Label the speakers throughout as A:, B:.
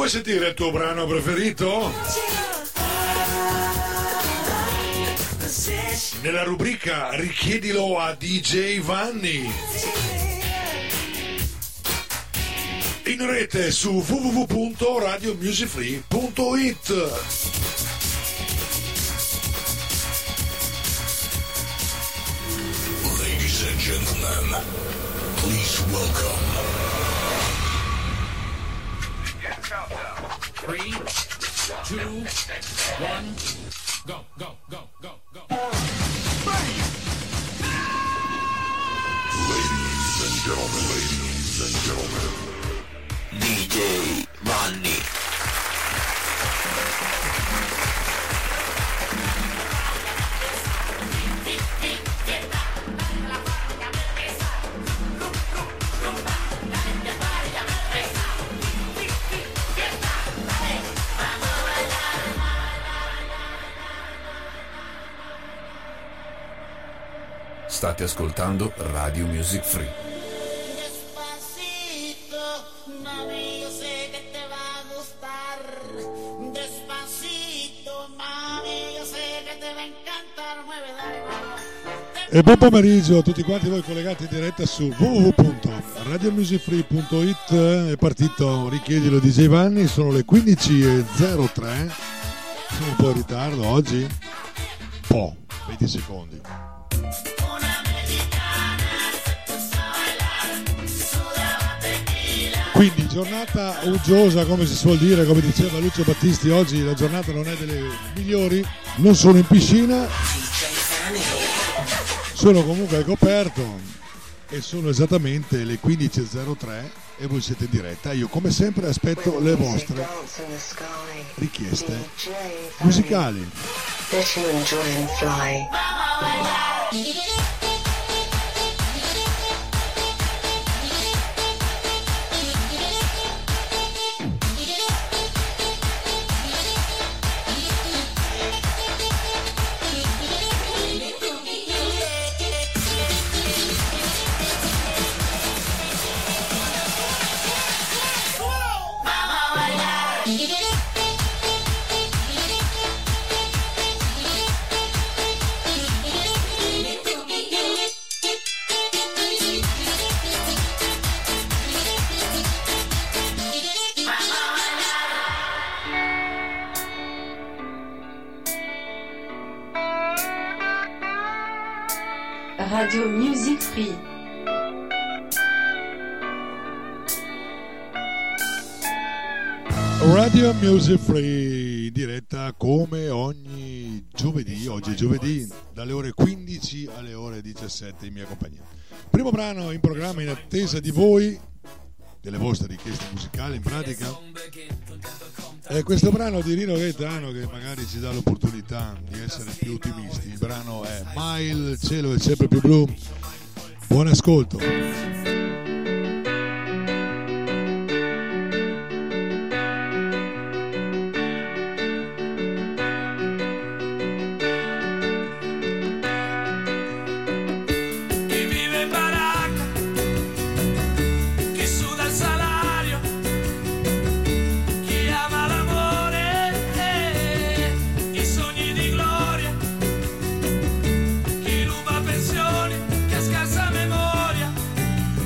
A: Vuoi sentire il tuo brano preferito? Nella rubrica richiedilo a DJ Vanni. In rete su www.radiomusicfree.it.
B: Ladies and gentlemen, please welcome.
C: 3, 2, 1, go, go, go, go, go.
B: Ladies and gentlemen, DJ Vanni.
D: State ascoltando Radio Music Free.
E: Despacito, mami, yo sé que te va a gustar. Despacito, mami, yo sé que te va a encantar. Mueve, dale, vamos.
A: E buon pomeriggio a tutti quanti voi collegati in diretta su www.radiomusicfree.it. È partito Richiedilo DJ Vanni, sono le 15.03. Sono un po' in ritardo oggi. Po', 20 secondi. Quindi giornata uggiosa, come si suol dire, come diceva Lucio Battisti, oggi la giornata non è delle migliori, non sono in piscina, sono comunque al coperto e sono esattamente le 15.03 e voi siete in diretta. Io come sempre aspetto le vostre richieste musicali.
F: Radio Music Free.
A: Radio Music Free in diretta come ogni giovedì, oggi è giovedì, dalle ore 15 alle ore 17 in mia compagnia. Primo brano in programma in attesa di voi, delle vostre richieste musicali in pratica. È questo brano di Rino Gaetano che magari ci dà l'opportunità di essere più ottimisti. Il brano è Mile, il cielo è sempre più blu. Buon ascolto.
G: Chi ruba pensioni, che ha scarsa memoria,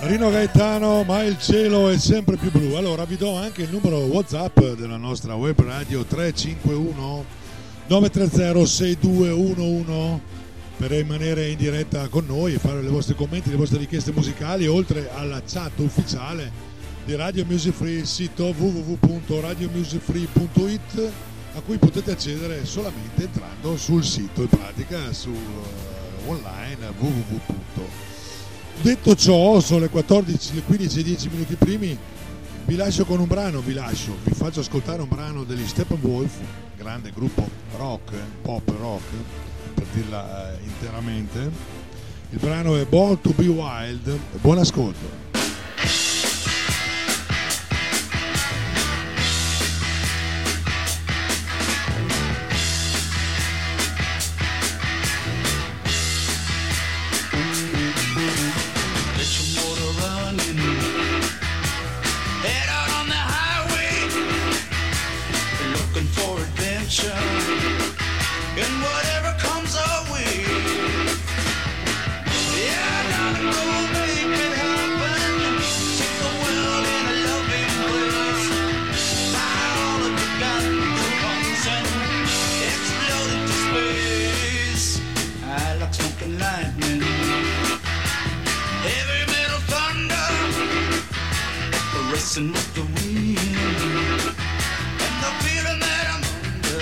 A: Rino Gaetano, ma il cielo è sempre più blu. Allora vi do anche il numero WhatsApp della nostra web radio 351 930 6211 per rimanere in diretta con noi e fare i vostri commenti, le vostre richieste musicali, oltre alla chat ufficiale di Radio Music Free, il sito www.radiomusicfree.it, a cui potete accedere solamente entrando sul sito, in pratica su online www. Detto ciò, sono le 14, le 15 e 10 minuti primi. Vi lascio con un brano, vi faccio ascoltare un brano degli Steppenwolf, grande gruppo rock, pop rock, per dirla interamente. Il brano è Born to Be Wild. Buon ascolto.
G: And whatever comes our way, yeah, not a go make it happen. Take the world in a loving place. Fire all of the guns and explode into space. I like smoking lightning, heavy metal thunder, racing with the wind, and the feeling that I'm under.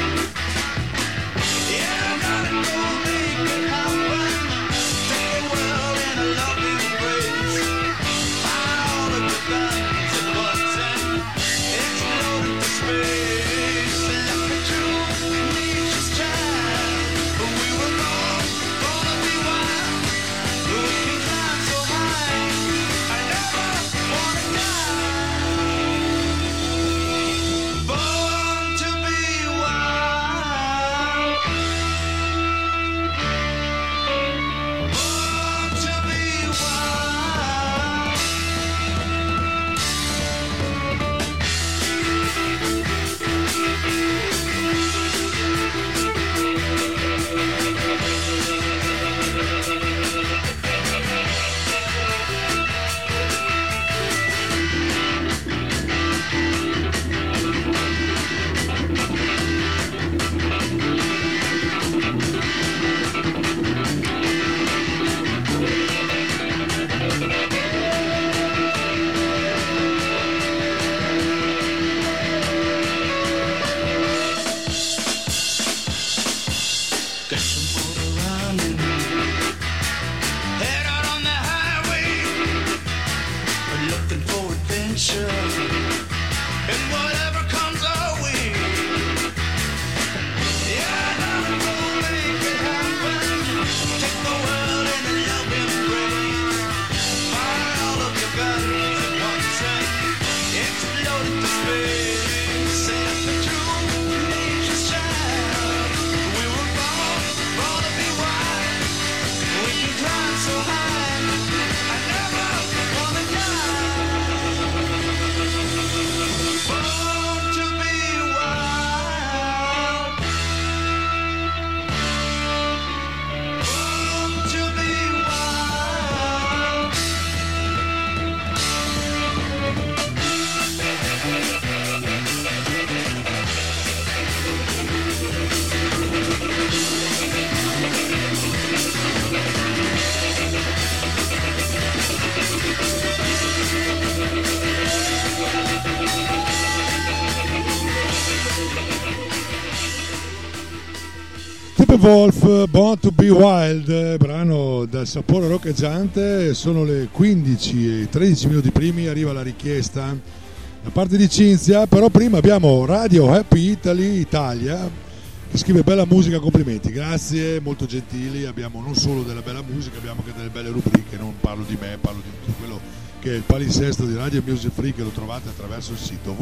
A: Wolf, Born to Be Wild, brano dal sapore roccheggiante. Sono le 15 e 13 minuti primi, arriva la richiesta da parte di Cinzia, però prima abbiamo Radio Happy Italia che scrive bella musica, complimenti, grazie, molto gentili. Abbiamo non solo della bella musica, abbiamo anche delle belle rubriche, non parlo di me, parlo di tutto quello che è il palinsesto di Radio Music Free, che lo trovate attraverso il sito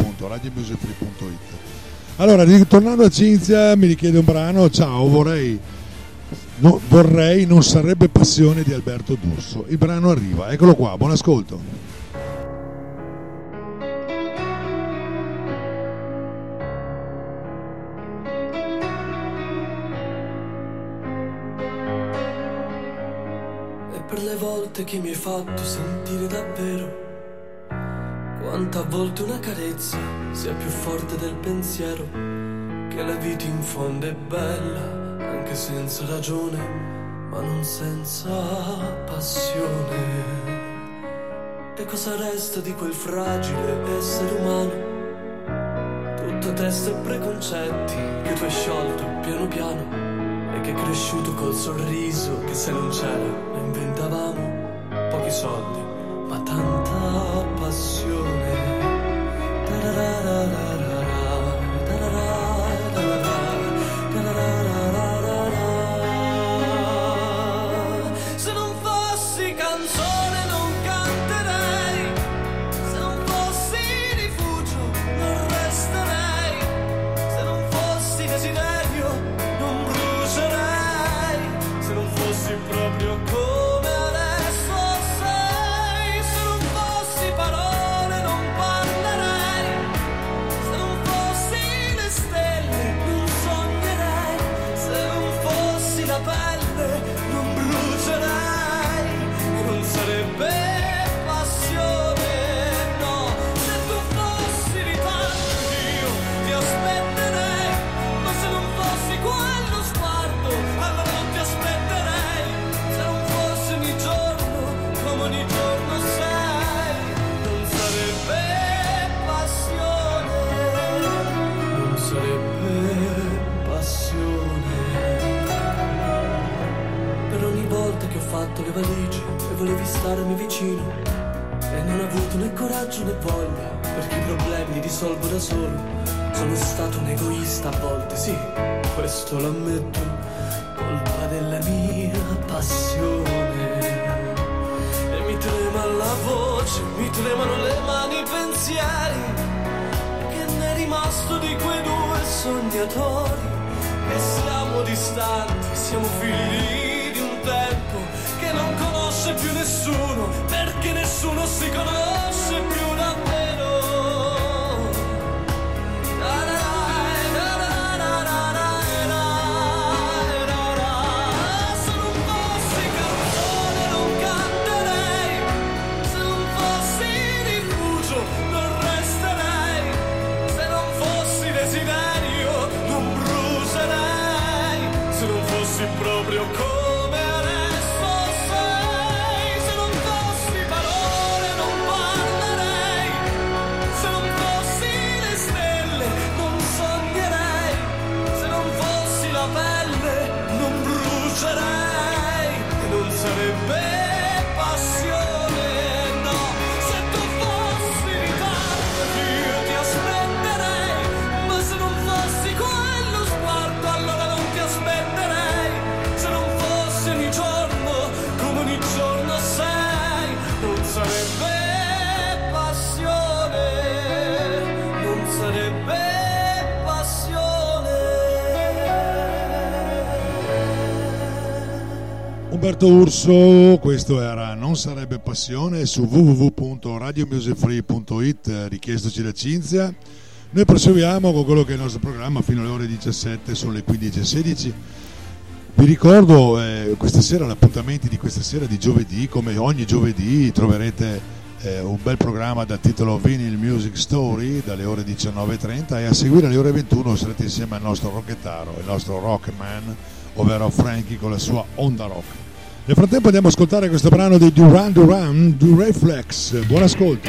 A: www.radiomusicfree.it. Allora, ritornando a Cinzia, mi richiede un brano. Ciao, vorrei non sarebbe passione di Alberto D'Urso. Il brano arriva, eccolo qua, buon ascolto.
H: Per le volte notte che mi hai fatto sentire davvero quanta volte una carezza sia più forte del pensiero, che la vita in fondo è bella anche senza ragione, ma non senza passione. E cosa resta di quel fragile essere umano, tutto testa e preconcetti che tu hai sciolto piano piano, e che è cresciuto col sorriso che se non c'era lo inventavamo. Pochi soldi ma tanta passione. Se non fossi canzone non canterei, se non fossi rifugio non resterei, se non fossi desiderio non brucerei, se non fossi proprio come adesso sei, se non fossi parole non parlerei, se non fossi le stelle non sognerei, se non fossi la pelle non brucerei, e non sarebbe passione, no. Se tu fossi ritardo io ti aspetterei, ma se non fossi quello sguardo allora non ti aspetterei, se non fossi ogni giorno come ogni giorno sei, non sarebbe passione, non sarebbe passione. Per ogni volta che ho fatto le valigie e volevi starmi vicino e non ho avuto né coraggio né voglia, perché i problemi li risolvo da solo, sono stato un egoista a volte, sì, questo lo ammetto, colpa della mia passione. E mi trema la voce, mi tremano le mani, i pensieri, che ne è rimasto di quei due sognatori, che siamo distanti, siamo figli di un tempo che non conosce più nessuno, perché nessuno si conosce più davvero. Se non fossi canzone non canterei, se non fossi rifugio non resterei, se non fossi desiderio non brucerei, se non fossi proprio come adesso sei, se non fossi parole non parlerei, se non fossi le stelle non sognerei, se non fossi la pelle non brucerei, e non sarebbe passione, no. Se tu fossi ritardo io ti aspetterei, ma se non fossi quello sguardo allora non ti aspetterei, se non fossi ogni giorno come ogni giorno sei, non sarebbe passione, non sarebbe passione.
A: Umberto Urso, questo era Non sarebbe passione su www.radiomusicfree.it, richiestoci da Cinzia. Noi proseguiamo con quello che è il nostro programma fino alle ore 17, sono le 15:16. Vi ricordo questa sera, gli appuntamenti di questa sera di giovedì, come ogni giovedì troverete un bel programma dal titolo Vinyl Music Story dalle ore 19:30, e a seguire alle ore 21 sarete insieme al nostro rockettaro, il nostro rockman, ovvero Frankie con la sua Onda Rock. Nel frattempo andiamo ad ascoltare questo brano di Duran Duran, Do Reflex. Buon ascolto.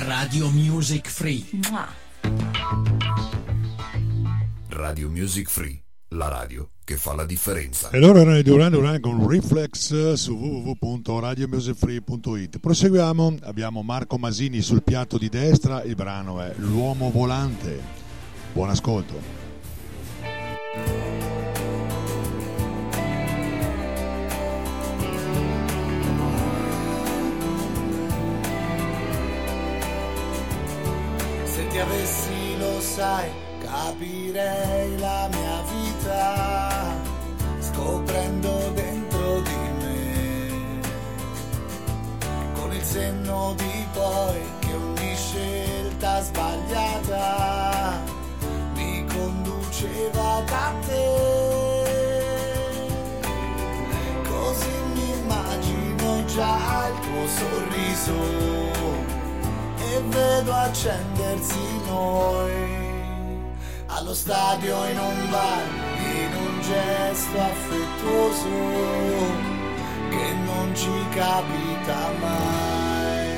C: Radio Music Free.
F: Mua.
D: Radio Music Free, la radio che fa la differenza.
A: E loro erano i Duran Duran con Reflex su www.radiomusicfree.it. Proseguiamo, abbiamo Marco Masini sul piatto di destra, il brano è L'uomo volante. Buon ascolto.
I: Se ti avessi, lo sai, capirei la mia vita, scoprendo dentro di me, con il senno di poi, che ogni scelta sbagliata mi conduceva da te. Così mi immagino già il tuo sorriso e vedo accendersi noi, allo stadio, in un bar, in un gesto affettuoso che non ci capita mai.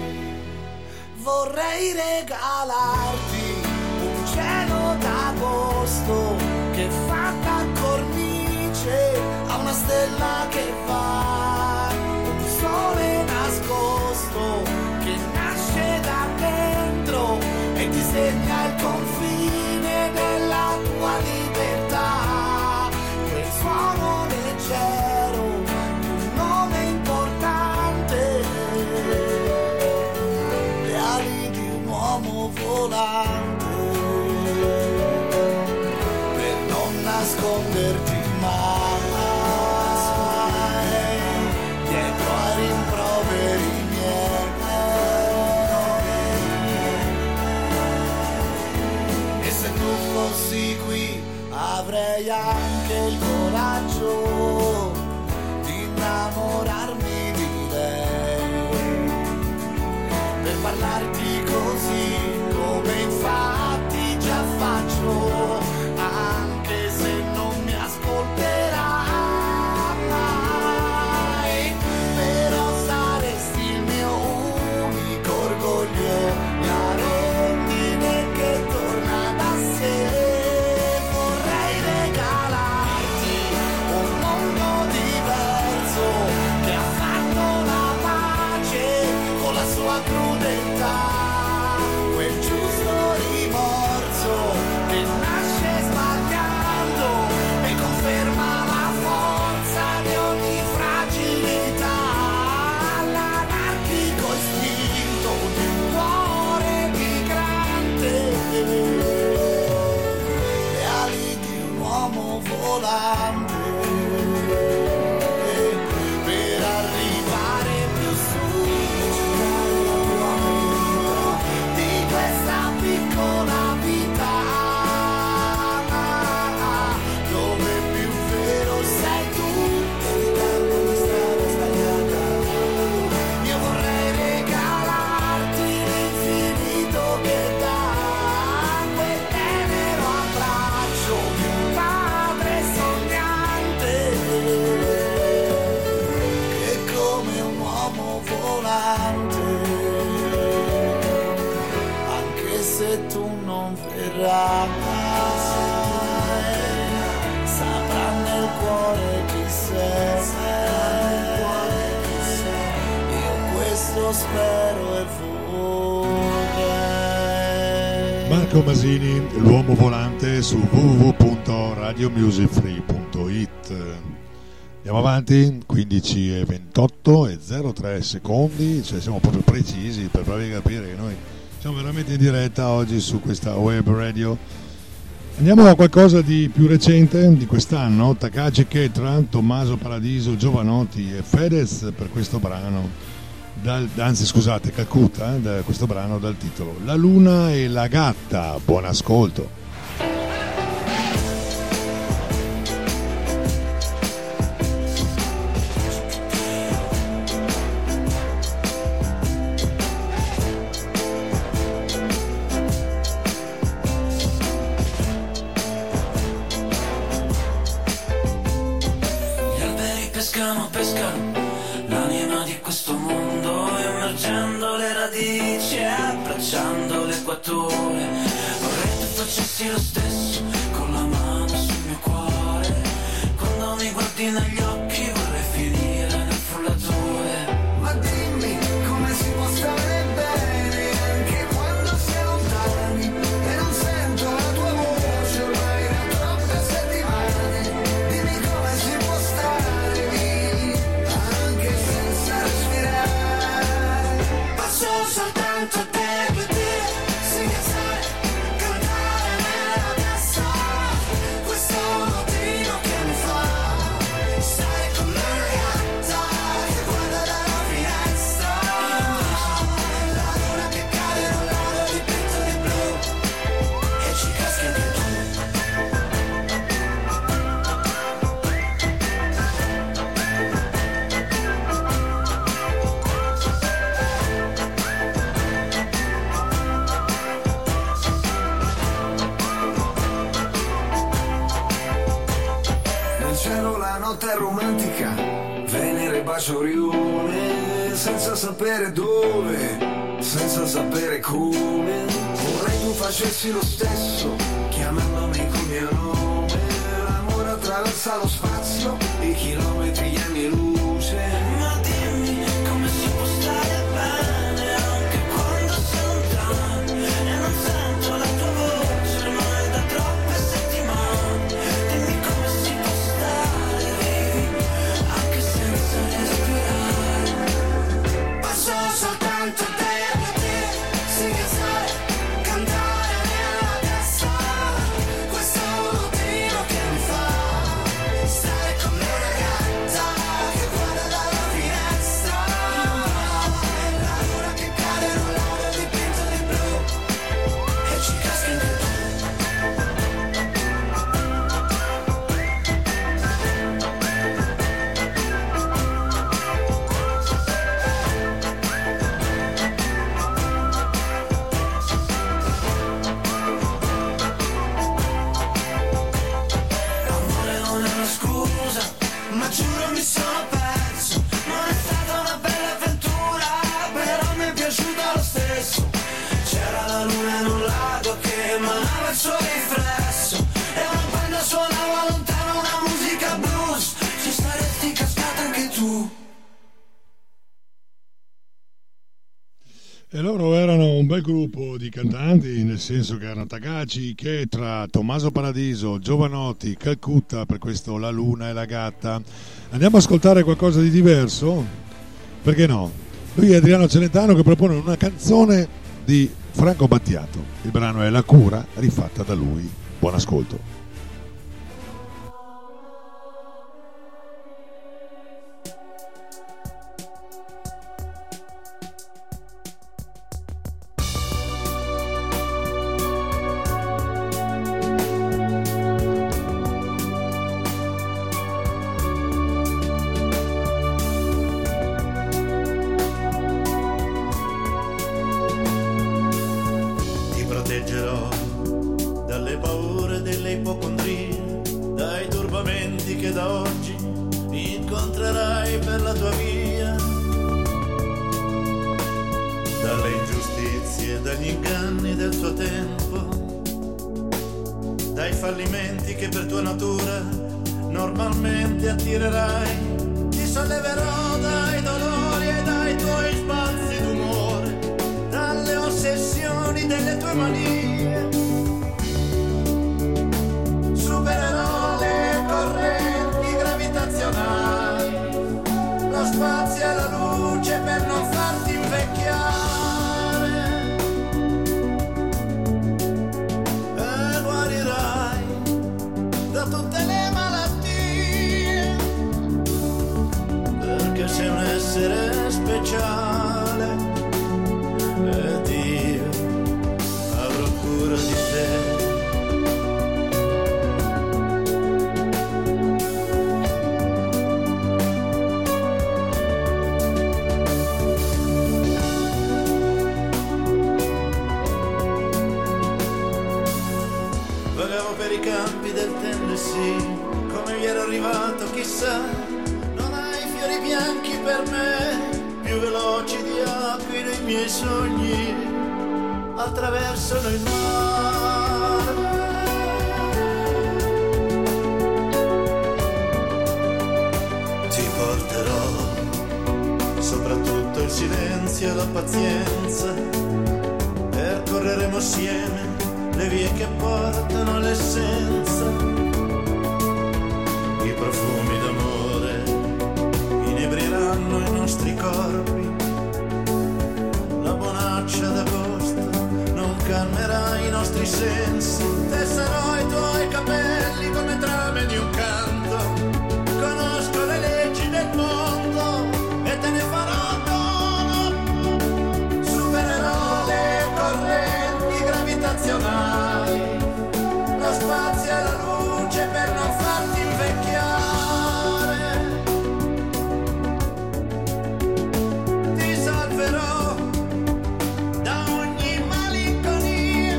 I: Vorrei regalarti un cielo d'agosto che fa da cornice a una stella che va, un sole nascosto che nasce da dentro e disegna il confine della tua libertà, quel suono leggero, un nome importante, le ali di un uomo volante, per non nasconderti mai dietro a rimproveri miei. E se tu fossi qui avrei anche il coraggio di innamorarmi di lei, per parlarti così come infatti già faccio, anche se non mi ascolterà mai. Però saresti il mio unico orgoglio, la rondine che torna da sé. Vorrei regalarti un mondo diverso che ha fatto la pace con la sua crudeltà, quel giusto rimorso che nasce sbagliando e conferma la forza di ogni fragilità, l'anarchico istinto di un cuore migrante, le ali di un uomo volante, per arrivare più su di questa piccola vita, dove più vero sei tu, evitando la strada sbagliata. Io vorrei regalarti l'infinito che dà quel tenero abbraccio di un padre sognante, che come un uomo volante, anche se tu non verrai, saprà nel cuore chi sei. Io questo spero e vorrei.
A: Marco Masini, L'uomo volante su www.radiomusicfree.it. Andiamo avanti, 15:28 e 03 secondi, cioè siamo proprio precisi per farvi capire che noi siamo veramente in diretta oggi su questa web radio. Andiamo a qualcosa di più recente di quest'anno, Takagi Ketra, Tommaso Paradiso, Giovanotti e Fedez per questo brano, Calcutta, questo brano dal titolo La luna e la gatta. Buon ascolto.
H: pescano l'anima di questo mondo, immergendo le radici e
G: passeggiando l'equatore. Vorrei tu facessi lo stesso con la mano sul mio cuore. Quando mi guardi negli occhi vorrei finire nel frullatore.
H: Ma dimmi come si può stare bene anche quando si è lontani e non sento la tua voce ormai da troppe settimane. Dimmi come si può stare vivi anche senza respirare. Passo soltanto te per dire, singhiazzare, cantare nella testa. Questo è un motivo che mi fa stare con una ragazza che guarda dalla finestra. La luna che cade in un lago dipinto di blu e ci caschi anche tu. Nel cielo la notte è romantica, Venere bacia Orione, senza sapere dove, senza sapere come. Vorrei tu facessi lo stesso, chiamandomi col mio nome. L'amore attraversa lo spazio, i chilometri, gli anni luce. Ma dimmi come si può stare bene anche quando sei lontano e non sento la tua voce mai da troppe settimane. Dimmi come si può stare vivi anche senza respirare. Passo soltanto te per dire, singhiazzare, cantare nella testa. Questo è un motivo che mi fa stare con una ragazza che guarda dalla finestra. La luna che cade in un lago dipinto di blu e ci caschi anche tu. Amore non è una scusa, ma giuro mi sono perso. Non è stata una bella avventura, però mi è piaciuta lo stesso. C'era la luna in un lago che emanava il suo riflesso e una banda suonava lontano una musica blues. Ci saresti cascata anche tu.
A: E loro erano un bel gruppo di cantanti, nel senso che erano Tagaci, Chetra, Tommaso Paradiso, Giovanotti, Calcutta, per questo La Luna e la Gatta. Andiamo a ascoltare qualcosa di diverso? Perché no? Lui è Adriano Celentano che propone una canzone di Franco Battiato. Il brano è La Cura, rifatta da lui. Buon ascolto.
J: Ti proteggerò dalle paure delle ipocondrie, dai turbamenti che da oggi incontrerai per la tua via, dalle ingiustizie, dagli inganni del tuo tempo, dai fallimenti che per tua natura normalmente attirerai. Ti solleverò dai dolori e dai tuoi spazi d'umore, dalle ossessioni delle tue manie. Supererò le correnti gravitazionali, lo spazio e la luce per non farti invecchiare. E guarirai da tutte le malattie, perché sei un essere speciale ed io avrò cura di te. Vagavo per i campi del Tennessee, come vi ero arrivato chissà. Non hai fiori bianchi per me, più veloci di aquile i miei sogni. attraversano il mare. Ti porterò soprattutto il silenzio e la pazienza, percorreremo assieme le vie che portano all'essenza, i profumi d'amore inebrieranno i nostri corpi, la bonaccia d'agosto non calmerà i nostri sensi, tesserò i tuoi capelli come trame di un canto, conosco le leggi del mondo e te ne farò dono, supererò le correnti gravitazionali, lo spazio e la luce per non farti invecchiare, ti salverò da ogni malinconia,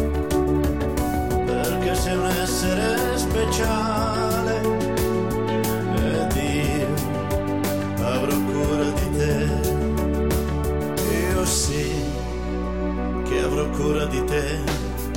J: perché sei un essere speciale ed io avrò cura di te, io sì che avrò cura di te.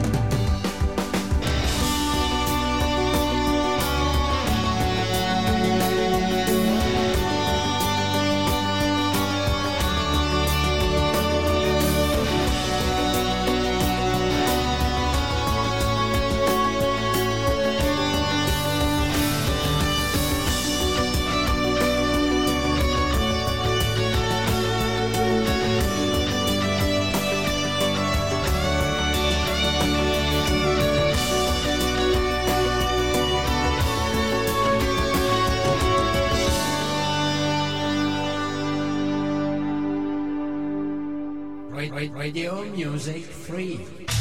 C: Radio Music Free.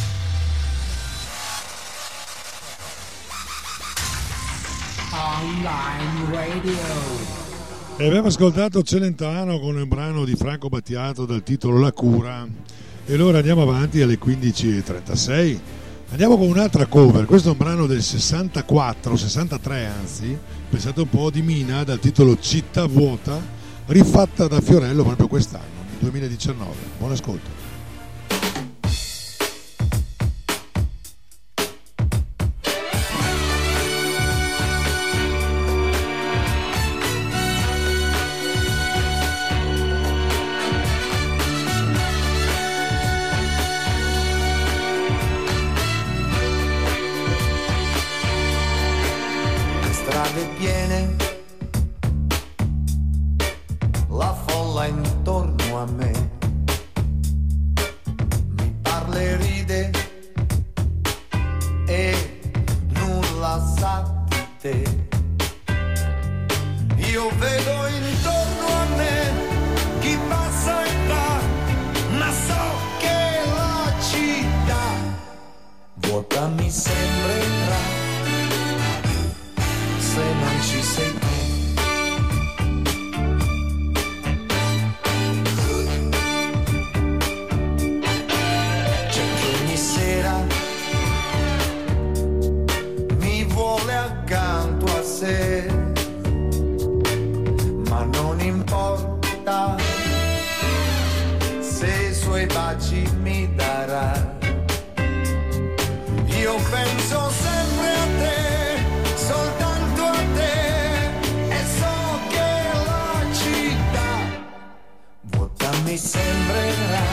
C: Online Radio.
A: E abbiamo ascoltato Celentano con un brano di Franco Battiato dal titolo La Cura. E allora andiamo avanti alle 15:36. Andiamo con un'altra cover. Questo è un brano del 63 anzi, pensate un po', di Mina, dal titolo Città Vuota, rifatta da Fiorello proprio quest'anno, 2019. Buon ascolto.
K: Piene, la folla intorno a me mi parla e ride e nulla sa di te. Io vedo intorno a me chi passa e va, ma so che la città vuota mi sembrerà se non ci sei tu. C'è chi ogni sera mi vuole accanto a sé, ma non importa se i suoi baci mi darà. Io penso sempre a te, soltanto a te, e so che la città vuota mi sembrerà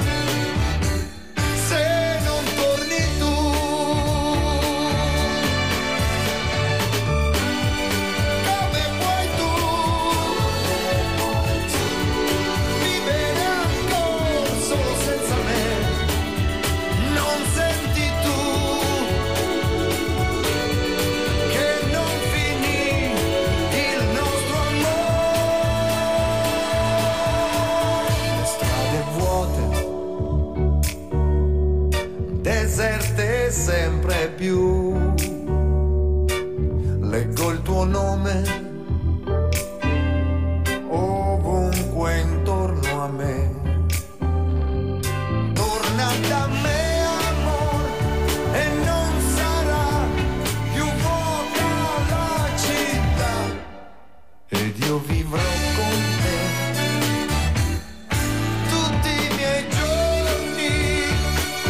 K: se non torni tu. Come puoi tu vivere ancora solo senza me? Non senti tu che non finì il nostro amore? Le strade vuote, deserte sempre più, leggo il tuo nome ovunque intorno a me. Torna da me, amor, e non sarà più vuota la città, ed io vivrò con te tutti i miei giorni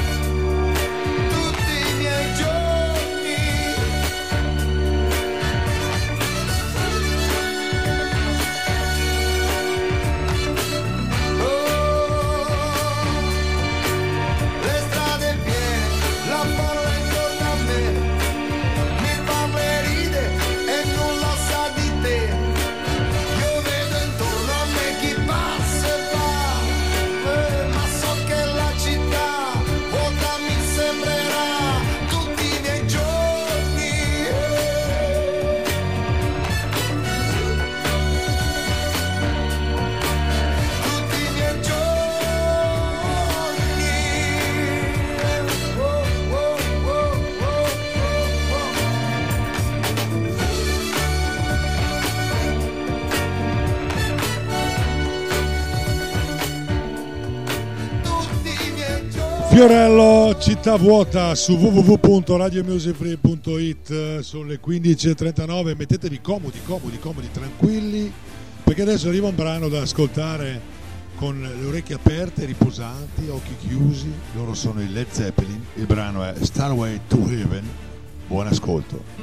A: Fiorello, città vuota su www.radiomusicfree.it. Sono le 15.39, mettetevi comodi, tranquilli, perché adesso arriva un brano da ascoltare con le orecchie aperte, riposanti, occhi chiusi. Loro sono i Led Zeppelin, il brano è Starway to Heaven. Buon ascolto.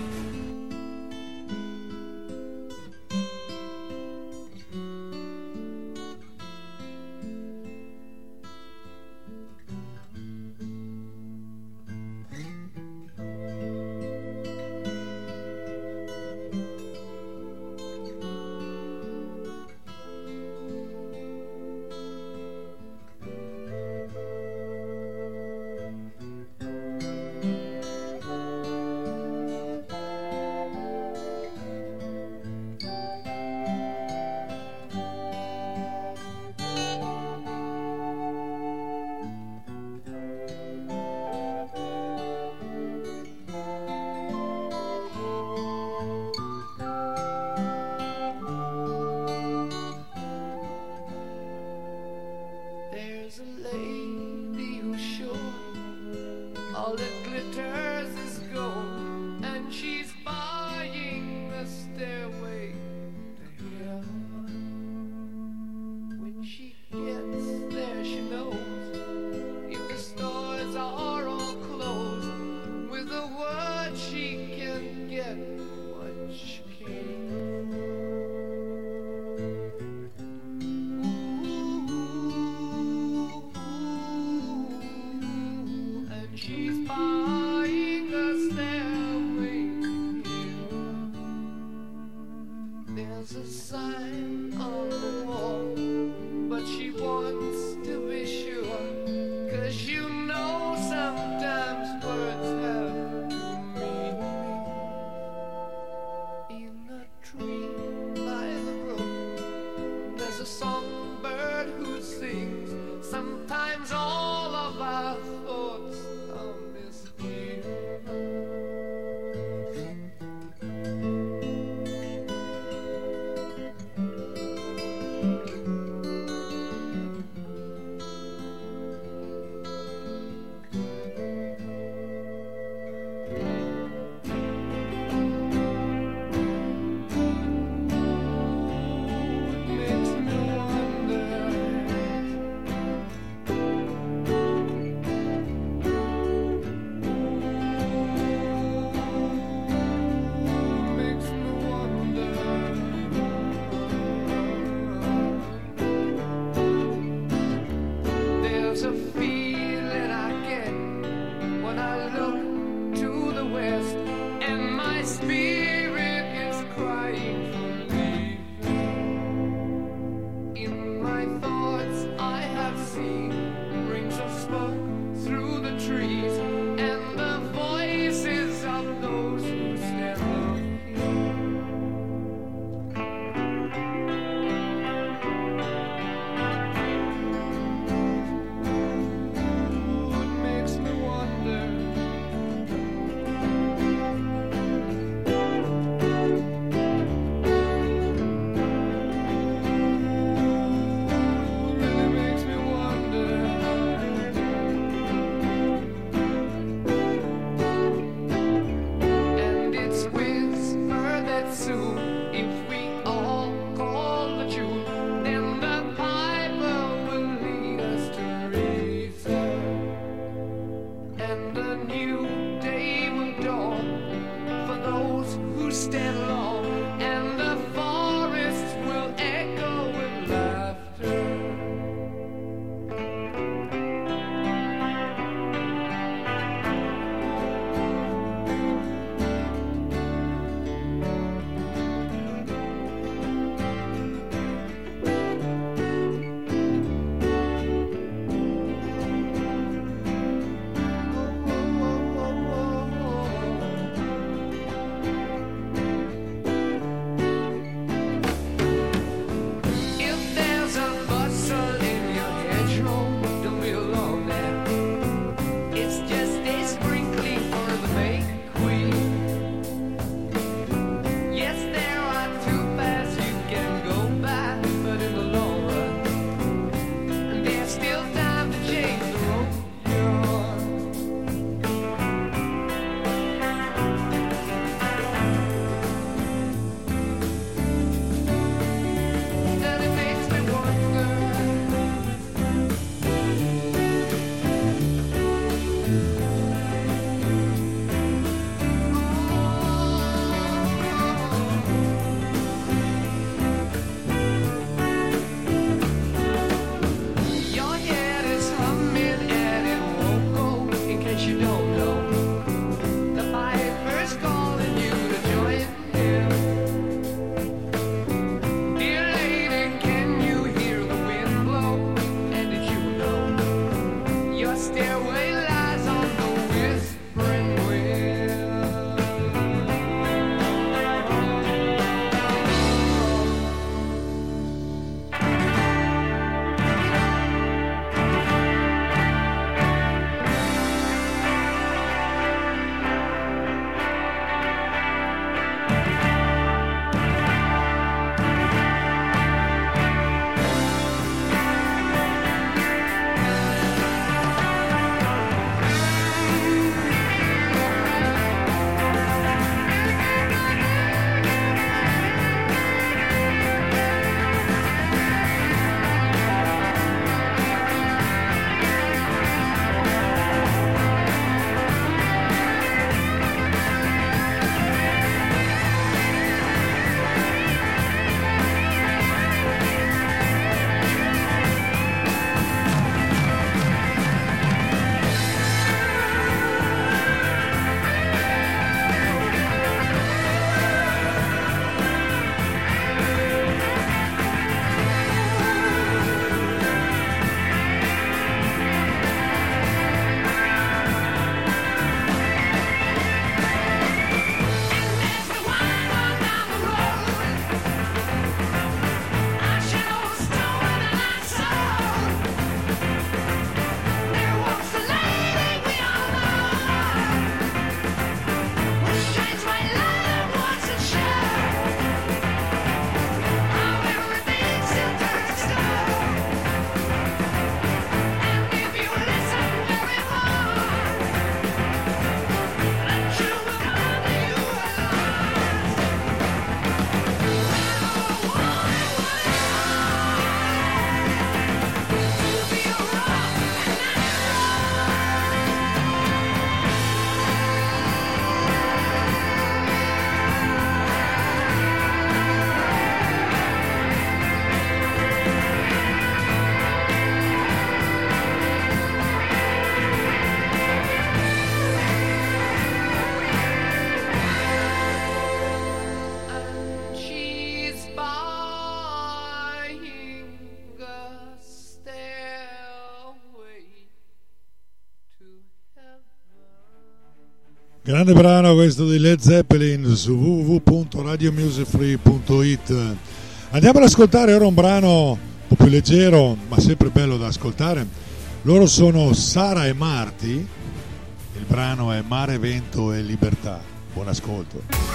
A: Grande brano questo di Led Zeppelin su www.radiomusicfree.it. Andiamo ad ascoltare ora un brano un po' più leggero, ma sempre bello da ascoltare. Loro sono Sara e Marti, il brano è Mare, Vento e Libertà. Buon ascolto.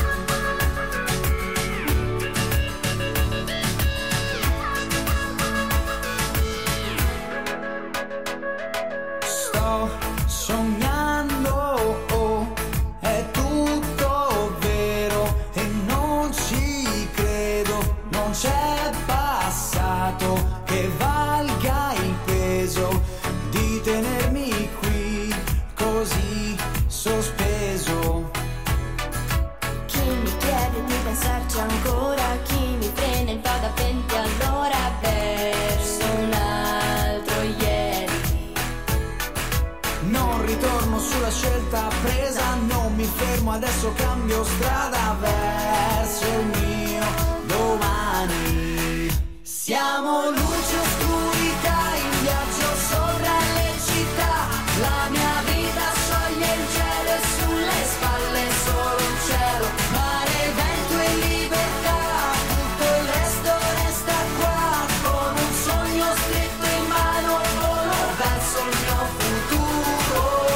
K: Sognando, oh, è tutto vero e non ci credo, non c'è passato che valga il peso di tenermi qui così sospeso.
L: Chi mi chiede di pensarci ancora, chi mi frena il vado a 20 all'ora verso un altro ieri.
K: Non ritorno sulla scelta presa, non mi fermo, adesso cambio strada verso il mio domani. Siamo luce, oscurità, in viaggio sopra le città. La mia vita scioglie il cielo e sulle spalle solo il cielo. Mare, vento e libertà, tutto il resto resta qua. Con un sogno stretto in mano volo verso il mio futuro.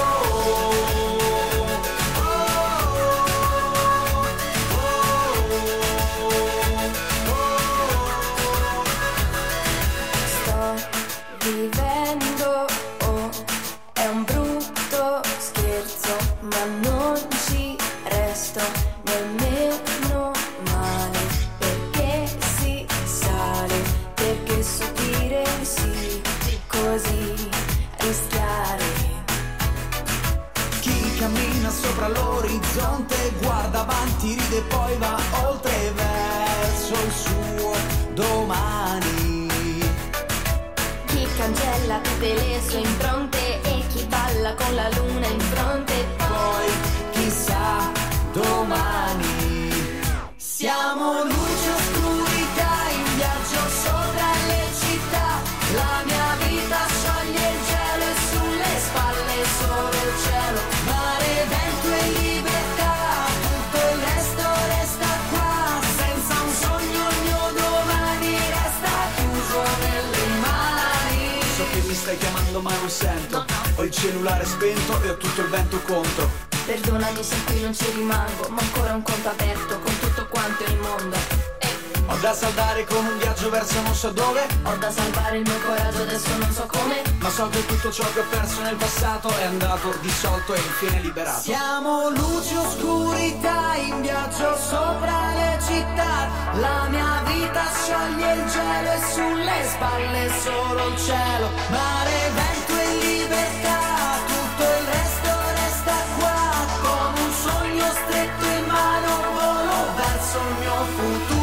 L: Sto vivendo, oh, è un brutto scherzo, ma non ci resto nemmeno male, perché si sale, perché subire sì, così rischiare.
K: Chi cammina sopra l'orizzonte guarda avanti, ride e poi va oltre verso il suo domani.
L: Chi cancella tutte le sue impronte e chi balla con la luna in fronte.
K: Poi chissà domani. Siamo luce, oscurità, in viaggio sopra le città. La mia vita scioglie il cielo e sulle spalle solo il cielo. Mare, vento e libertà, tutto il resto resta qua. Senza un sogno il mio domani resta chiuso nelle mani.
M: So che mi stai chiamando ma non sento. Ho il cellulare spento e ho tutto il vento contro.
L: Perdonami se qui non ci rimango, ma ancora un conto aperto con tutto quanto il mondo.
M: Ho da saldare con un viaggio verso non so dove.
L: Ho da salvare il mio coraggio, adesso non so come.
M: Ma so che tutto ciò che ho perso nel passato è andato, dissolto e infine liberato.
K: Siamo luce, oscurità, in viaggio sopra le città. La mia vita scioglie il gelo e sulle spalle solo il cielo. Mare, vento e libertà, tutto il resto resta qua. Con un sogno stretto in mano volo verso il mio futuro.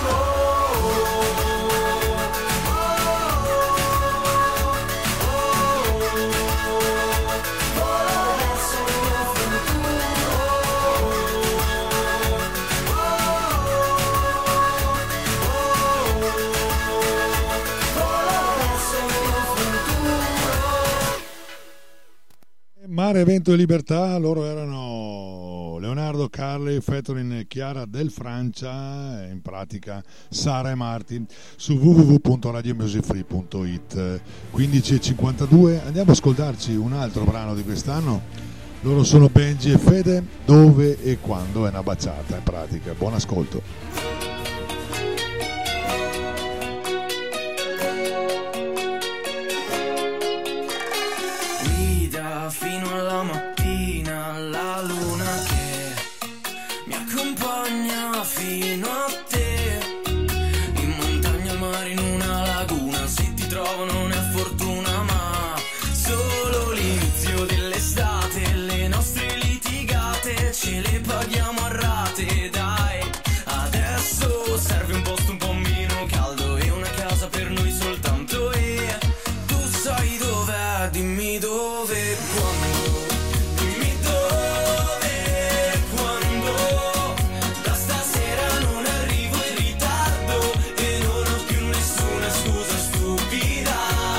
A: Mare, Vento e Libertà, loro erano Leonardo, Carly, Fetorin e Chiara del Francia, in pratica Sara e Marti, su www.radiomusicfree.it. 15:52, andiamo ad ascoltarci un altro brano di quest'anno. Loro sono Benji e Fede, Dove e Quando è una baciata, in pratica. Buon ascolto.
H: Fino alla mattina la luna che mi accompagna fino a te, in montagna, al mare, in una laguna. Se ti trovo non è fortuna ma solo l'inizio dell'estate. Le nostre litigate ce le paghiamo a rate, dai. Adesso serve un posto un po' meno caldo e una casa per noi soltanto. E tu sai dov'è, dimmi dove. Stupida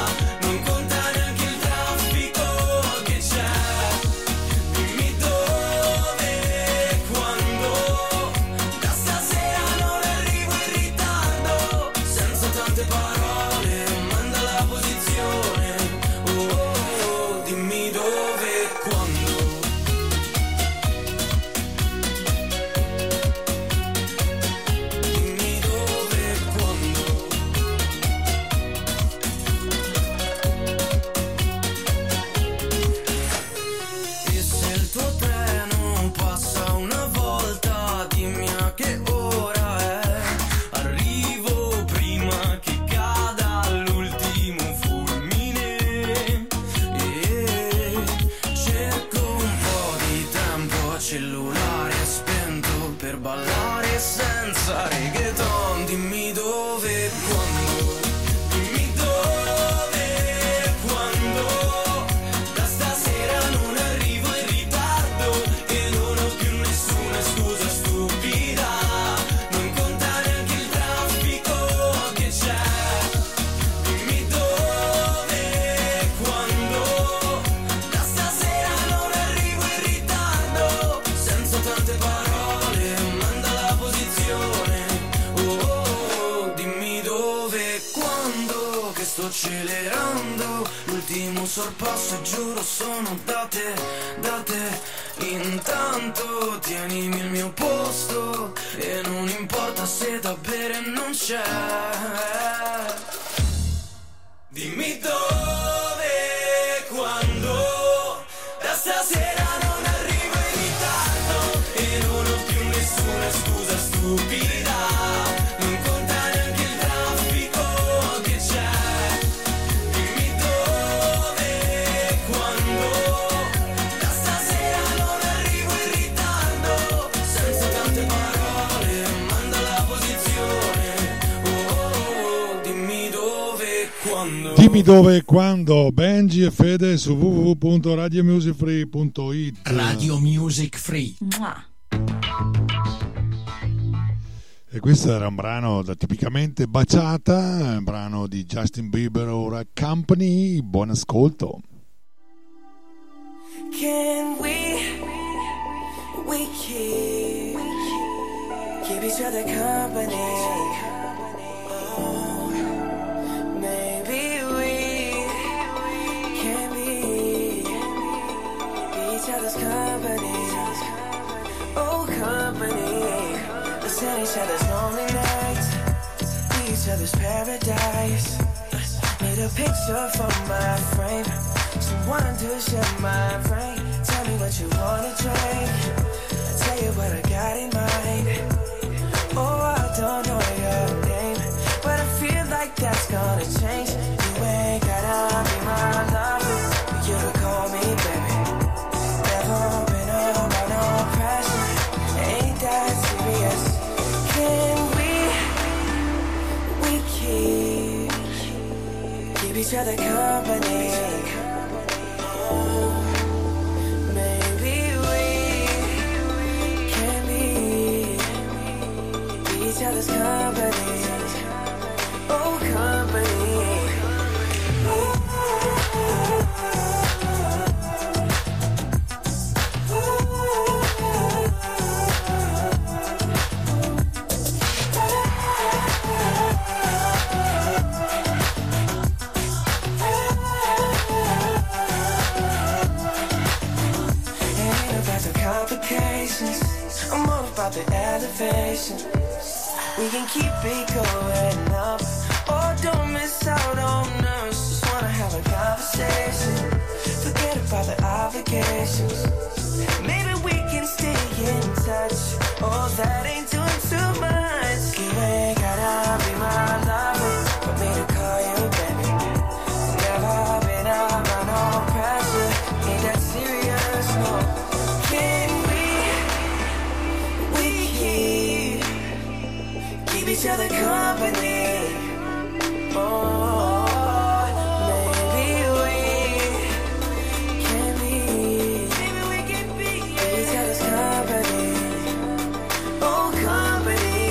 N: accelerando. L'ultimo sorpasso giuro sono da te. Intanto tienimi il mio posto e non importa se da bere non c'è. Dimmi dove, quando, da stasera non arrivo in ritardo e non ho più nessuna scusa stupida. Non conta neanche il traffico che c'è. Dimmi dove, quando, da stasera non arrivo in ritardo. Senza tante parole, manda la posizione. Dimmi dove, quando.
A: Dimmi dove e quando. Benji e Fede su www.radiomusicfree.it.
C: Radio Music Free.
A: E questo era un brano da tipicamente baciata, un brano di Justin Bieber, ora Company. Buon ascolto.
N: Can we keep each other company? Oh, maybe we can be each other's company. Oh, company. Let's end each other's lonely nights, be each other's paradise. Need a picture for my frame, someone to share my brain. Tell me what you wanna drink, I'll tell you what I got in mind. Oh, I don't know your name, but I feel like that's gonna change. You ain't gotta be my lover, but you to call me baby. Never been about no pressure, ain't that serious. Can we keep each other company? Oh, maybe we can be each other's company. Oh, company. I'm all about the elevation. We can keep it going up. Oh, don't miss out on us. Just wanna have a conversation. Forget about the obligations. Maybe we can stay in touch. Oh, that ain't doing too much. You ain't gotta be my lover for me to call you baby. Never been under no pressure. Ain't that serious, no. Can keep each other company? Oh, maybe we can be each other's company. Oh, company.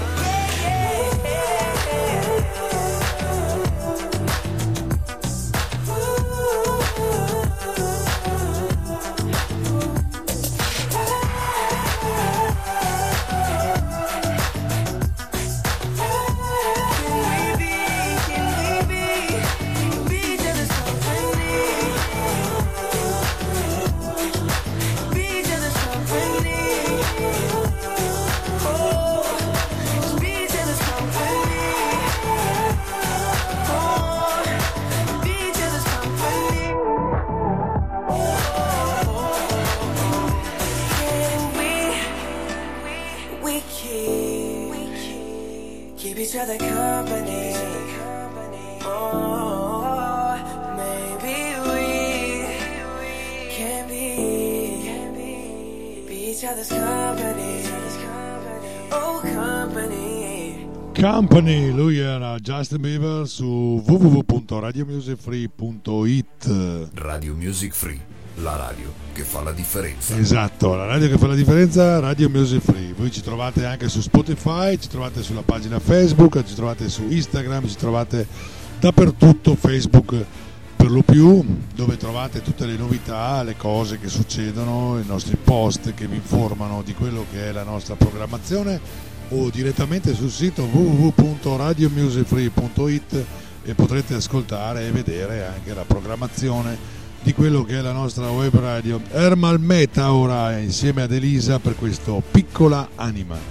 N: Keep each other company. Oh, maybe we can be each other's company. Oh, company.
A: Company, lui era Justin Bieber su www.radiomusicfree.it.
D: Radio Music Free, la radio che fa la differenza.
A: Esatto, la radio che fa la differenza, Radio Music Free. Voi ci trovate anche su Spotify, ci trovate sulla pagina Facebook, ci trovate su Instagram, ci trovate dappertutto, Facebook per lo più, dove trovate tutte le novità, le cose che succedono, i nostri post che vi informano di quello che è la nostra programmazione, o direttamente sul sito www.radiomusicfree.it e potrete ascoltare e vedere anche la programmazione di quello che è la nostra web radio. Ermal Meta ora insieme ad Elisa per questo Piccola Anima.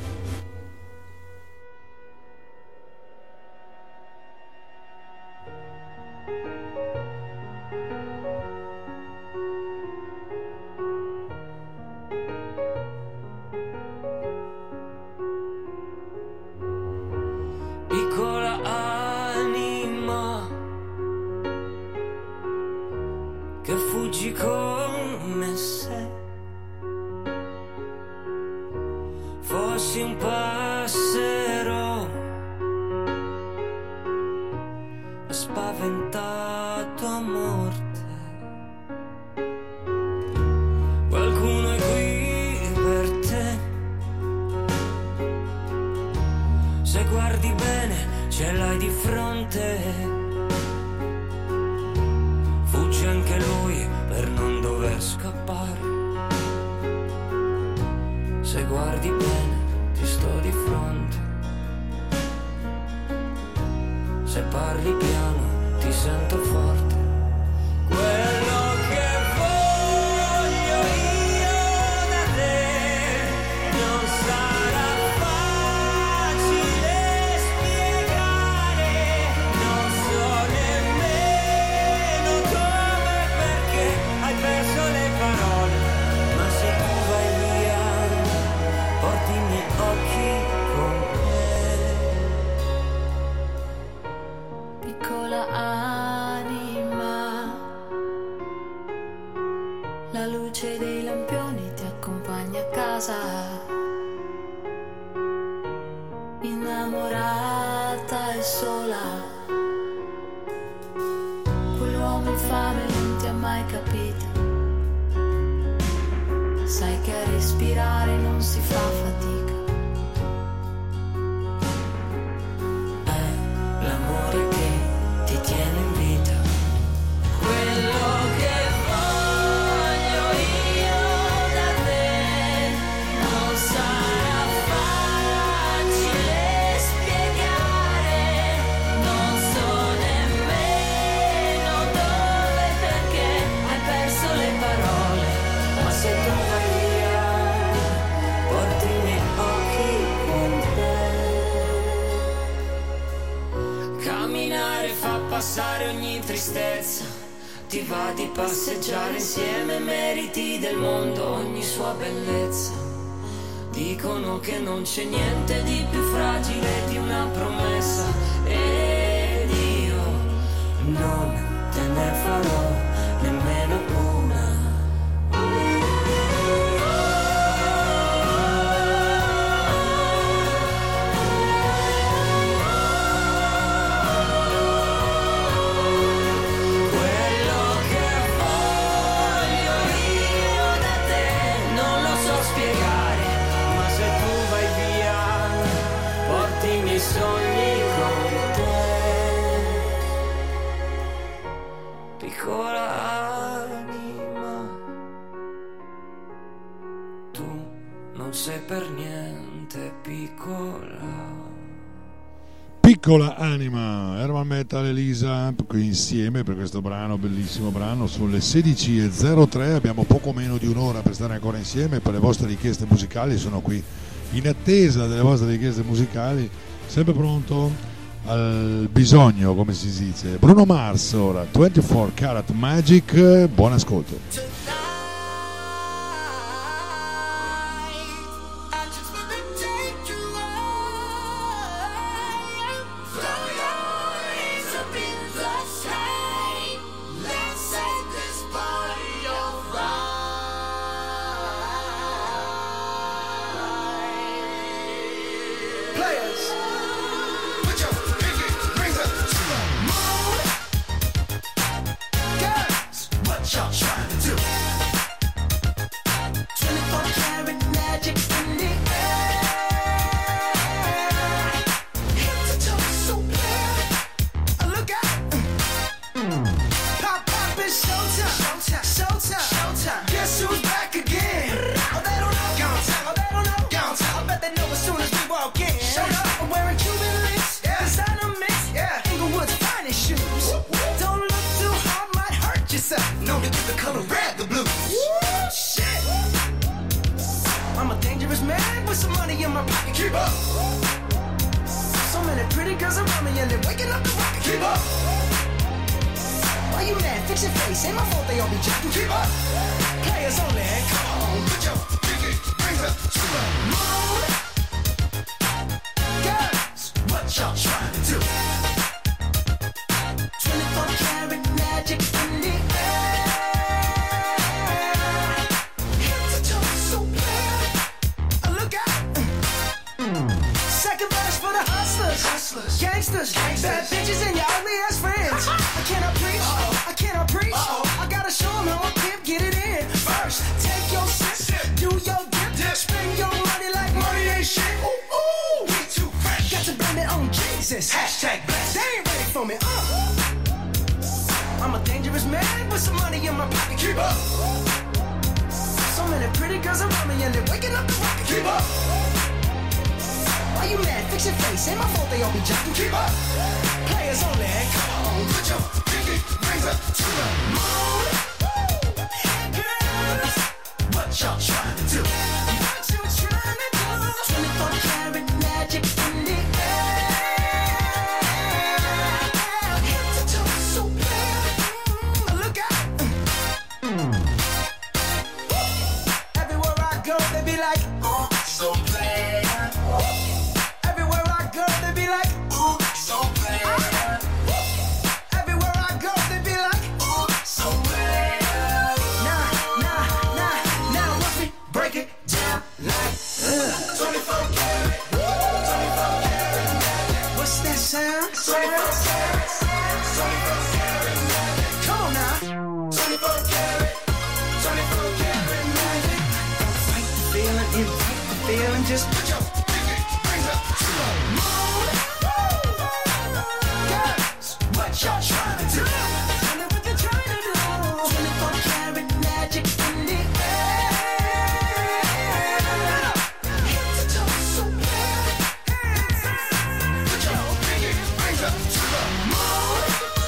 O: Ti va di passeggiare insieme, meriti del mondo ogni sua bellezza. Dicono che non c'è niente di più fragile di una promessa, ed io non te ne farò nemmeno una. Sei per niente
A: Piccola Anima, Ermal Metal, Elisa, qui insieme per questo brano, bellissimo brano. Sulle 16:03 abbiamo poco meno di un'ora per stare ancora insieme. Per le vostre richieste musicali sono qui in attesa delle vostre richieste musicali, sempre pronto al bisogno, come si dice. Bruno Mars ora, 24 Karat Magic, buon ascolto.
G: Y'all trying to do
H: to get the color red, the blues. Woo, shit. I'm a dangerous man with some money in my pocket. Keep up. So many pretty girls around me and they're waking up the rocket. Keep up. Why you mad? Fix your face. Ain't my fault they all be jacking. Keep up. Players only. Come on, put your pinky rings up to the moon. Girls, what y'all trying to do? 24 karat magic in the air. Head to toe, so bad. Look out. Second verse for the hustlers, gangsters, bad bitches and your ugly ass friends. I cannot preach, I cannot preach. I gotta show them how I pimp, get it in. First, take your sip, do your dip, spend your money like money ain't shit. Ooh, ooh, we too fresh. Got to blame it on Jesus. Hashtag blessed. They ain't ready for me. I'm a dangerous man with some money in my pocket. Keep up. So many pretty girls around me and they're waking up the rocket. Keep up. Why you mad? Fix your face. Ain't my fault they all be jacking. Keep up. Players only. Come on, put your pinky rings up to the moon. Girls, what y'all trying to do? What you trying to do? 24 karat magic in the air. Head to toe, so bad. Look out. Everywhere I go, they be like, oh, so bad. Everywhere I go, they be like, ooh, so bad. Everywhere I go, they be like, ooh, so bad. Now, watch me break it down like 24 karat, 24 karat magic. What's that sound? 24 karat, 24 karat magic. Come on now. 24 karat, 24 karat magic. Don't fight the feeling, invite the feeling, just put your pinky rings up to the moon. Girls, what y'all trying to do? Tell me what you're trying to do. 24 karat magic in the air. Head to toe, so bad. Put your pinky rings up to the moon.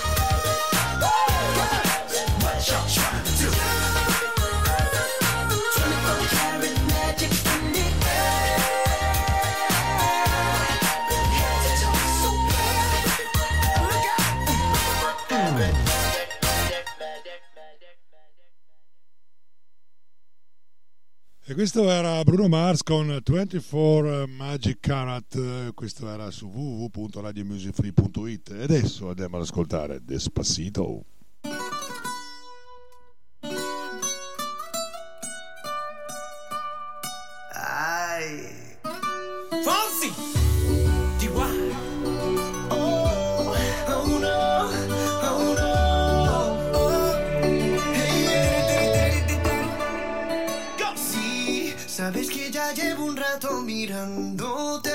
H: Girls, what y'all trying to do? 24 karat magic in the air. Head to toe, so bad. Look out.
A: E questo era Bruno Mars con 24 Magic Carat, questo era su www.radiomusicfree.it e adesso andiamo ad ascoltare Despacito.
H: Ay. Fonsi, Chihuahua. Oh, oh no, oh no. Oh. Hey, go. Sí, sabes que ya llevo un rato mirándote.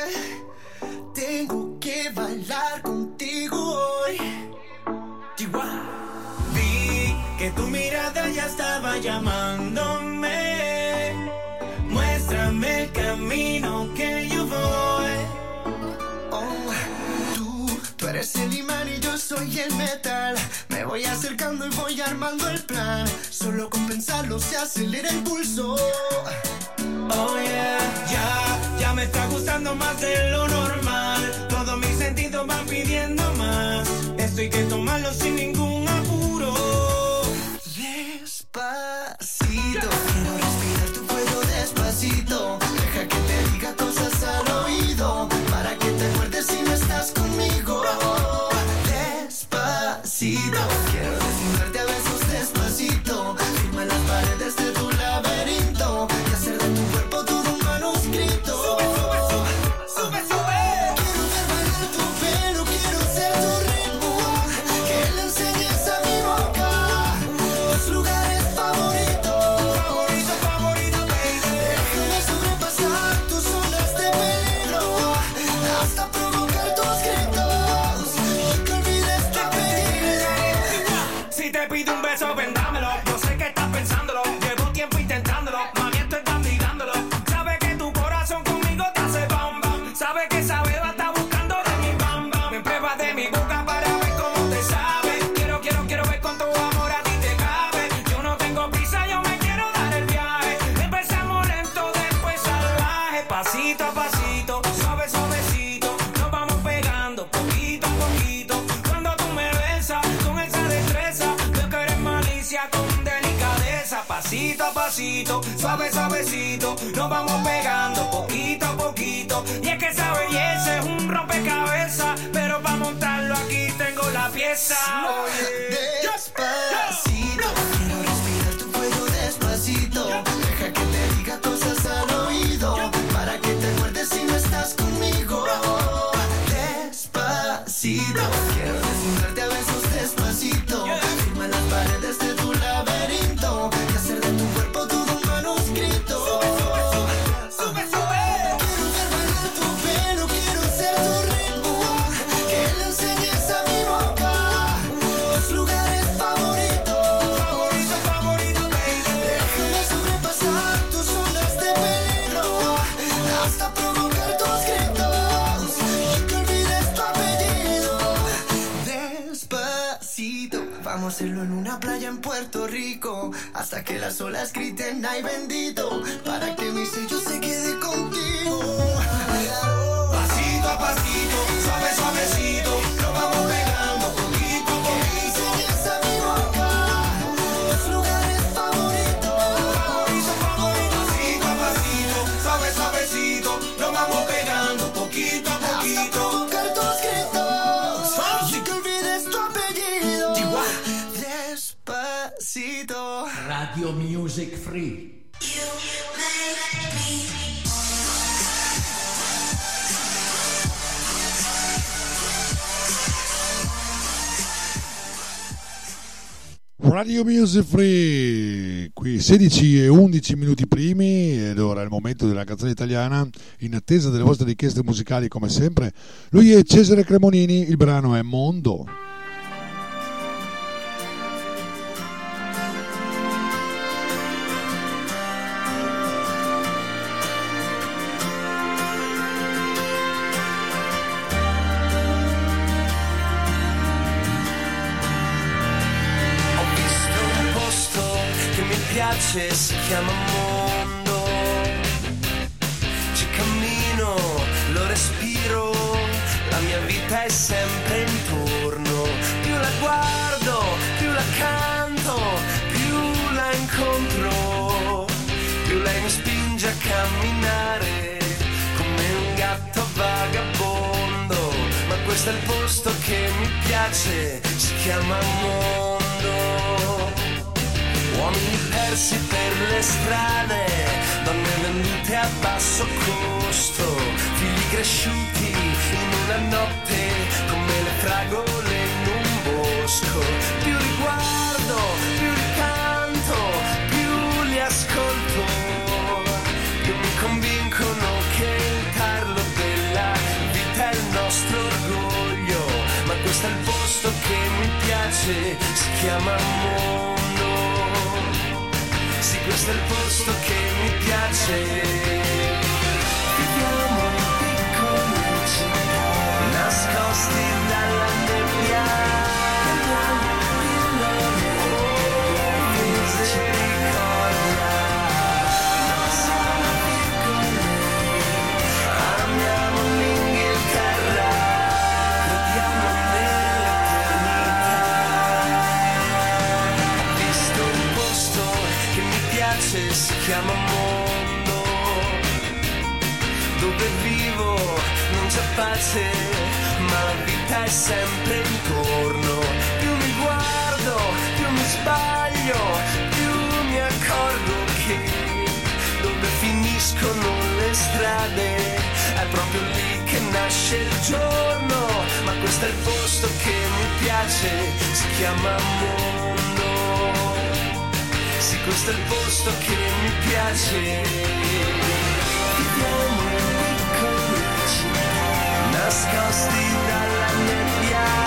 H: Tengo que bailar contigo hoy. Chihuahua. Vi que tu mirada ya estaba llamándome. Muéstrame el camino que yo voy. Oh, tú eres el imán y yo soy el metal. Me voy acercando y voy armando el plan. Solo con pensarlo se acelera el pulso. Oh yeah, ya me está gustando más de lo normal. Todos mis sentidos van pidiendo más. Esto hay que tomarlo sin ningún apuro. Despacito, quiero respirar tu cuello despacito. Deja que te diga cosas al oído, para que te acuerdes si no estás conmigo. Despacito, quiero desnudarte a besos despacito. Firma las paredes de tu laberinto y hacer de tu cuerpo todo un manuscrito. Sube, sube, sube, sube. Quiero ver bailar tu pelo, quiero ser tu ritmo. Que le enseñes a mi boca tus lugares favoritos. Favorito, favorito, baby. Déjame sobrepasar tus zonas de peligro hasta provocar tus gritos y que olvides de pedir. Si te pido un beso, vendámelo. Yo sé que estás pensándolo. Llevo tiempo intentándolo. Mami, estoy dándolo. Sabe que tu corazón conmigo te hace bam bam. Sabe que esa beba está buscando de mi bam bam. Me pruebas de mi boca para ver cómo te sabe. Quiero ver cuánto amor a ti te cabe. pasito a pasito, suave suavecito, nos vamos pegando poquito a poquito. Y es que esa belleza es un rompecabezas, pero para montarlo aquí tengo la pieza.
K: Despacito, quiero respirar tu cuello despacito. Deja que te diga cosas al oído, para que te muerdes si no estás conmigo. Despacito, quiero desnudarte a besos despacito. Firma las paredes de tu laberinto y hacer de tu cuerpo todo un manuscrito. Sube, sube. Quiero ver bailar tu pelo, quiero ser tu ritmo. Que le enseñes a mi boca tus lugares favoritos. Favorito, favorito, baby. Déjame sobrepasar tus zonas de peligro hasta provocar tus gritos y que olvides tu apellido. Despacito, vamos a hacerlo en una playa en Puerto Rico hasta que las olas griten ay bendito, para que mi sello se quede contigo.
H: Pasito a pasito, suave suavecito, nos vamos pegando poquito a poquito.
K: Enseñas a mi boca tus lugares favoritos.
H: Favorito, favorito, pasito a pasito, suave suavecito, nos vamos pegando poquito a
K: Hasta
H: poquito.
K: provocar tus gritos y que olvides tu apellido. Despacito.
P: Radio Music Free.
A: Radio Music Free, qui 16 e 11 minuti primi ed ora è il momento della canzone italiana in attesa delle vostre richieste musicali come sempre. Lui è Cesare Cremonini, il brano è Mondo.
H: Ho visto un posto che mi piace, si chiama mondo. Ci cammino, lo respiro, la mia vita è sempre intorno. Più la guardo, più la canto, più la incontro, più lei mi spinge a camminare come un gatto vagabondo. Ma questo è il posto che mi piace, si chiama mondo. Uomini persi per le strade, donne vendute a basso costo, figli cresciuti in una notte come le fragole in un bosco. Più li guardo, più li canto, più li ascolto, più mi convincono che il tarlo della vita è il nostro orgoglio. Ma questo è il posto che mi piace, si chiama mondo. Sì, questo è il posto che mi piace. Viviamo in piccole città, nascosti dalla nebbia. Ci ricorda, non siamo piccoli, amiamo l'Inghilterra, crediamo nell'eternità. Ho visto un posto che mi piace, si chiama mondo, dove vivo non c'è pace, ma la vita è sempre intorno. Più mi guardo, più mi sbaglio, più mi accorgo che dove finiscono le strade è proprio lì che nasce il giorno. Ma questo è il posto che mi piace, si chiama mondo. Sì, questo è il posto che mi piace. Viviamo in piccole città, nascosti dalla nebbia.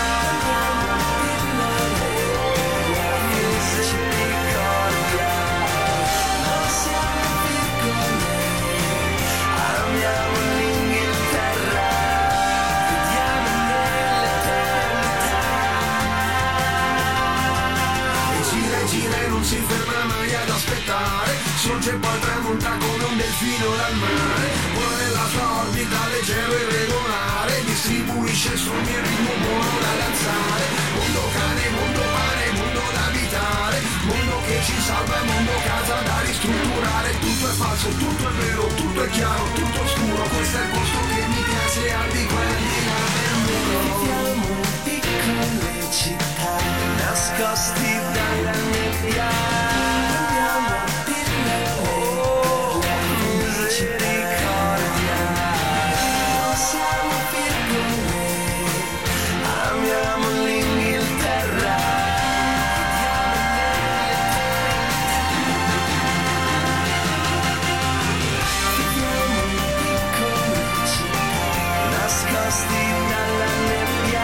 H: Ci ricorda, non siamo piccoli, amiamo l'Inghilterra, crediamo nell'eternità.
Q: E gira e non si ferma mai ad aspettare, sorge e poi tramonta come un delfino dal mare. Ora nella sua orbita leggero e regolare, distribuisce sogni e ritmo buono da danzare. Mondo cane, mondo pane, mondo da abitare, mondo che ci salva e mondo se tutto è vero, tutto è chiaro, tutto oscuro, questo è il posto che mi piace al di qua e al di là del muro.
G: Viviamo in piccole città, nascosti dalla nebbia. Andiamo a dirle misericordia. Non siamo piccole, amiamo l'Inghilterra. Viviamo in piccole città, nascosti dalla nebbia.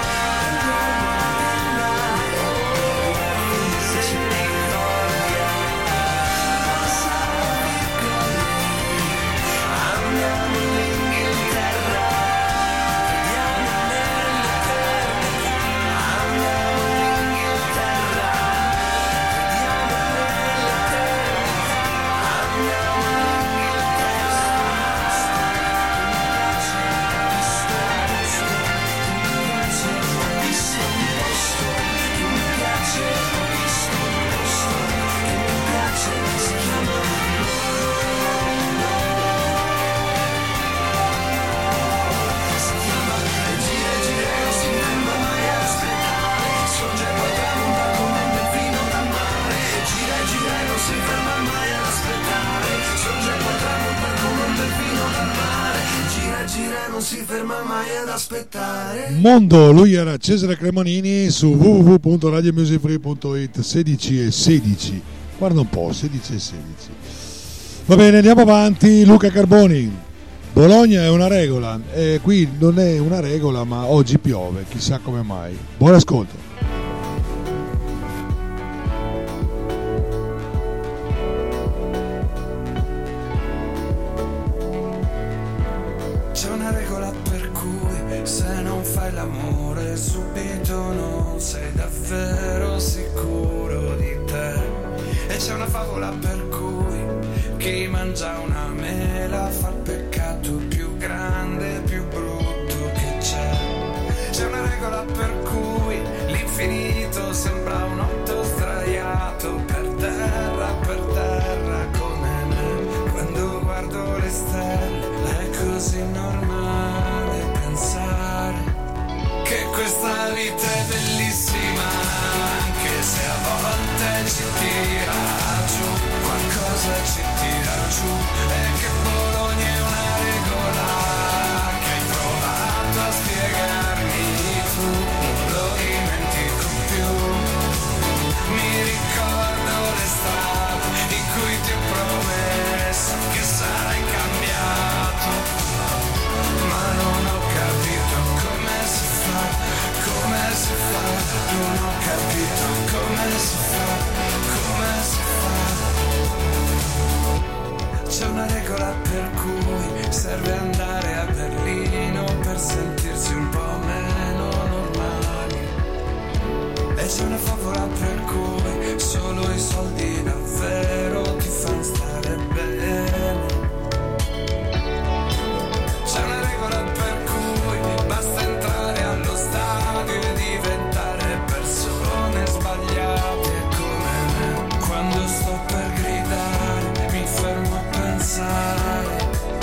Q: Non si ferma mai ad aspettare.
A: Mondo, lui era Cesare Cremonini su www.radiomusicfree.it. 16 e 16, guarda un po', 16 e 16. Va bene, andiamo avanti. Luca Carboni, Bologna è una regola, e qui non è una regola, ma oggi piove, chissà come mai. Buon ascolto.
G: C'è una regola per cui se non fai l'amore subito non sei davvero sicuro di te. E c'è una favola per cui chi mangia una mela fa il peccato più grande, più brutto che c'è. C'è una regola per cui l'infinito sembra un otto sdraiato per terra come me. Quando guardo le stelle è così normale pensare che questa vita è bellissima, anche se a volte ci tira giù, qualcosa ci tira giù, e che Bologna è una regola che hai provato a spiegarmi tu, non lo dimentico più. Mi ricordo le strade in cui ti ho promesso che sarai cambiato, ma non ho capito come si fa, non ho capito come si fa. C'è una regola per cui serve andare a Berlino per sentirsi un po' meno normali, e c'è una favola per cui solo i soldi davvero ti fanno stare bene. C'è una regola per cui basta entrare allo stadio e diventare persone sbagliate come me. Quando sto per gridare mi fermo a pensare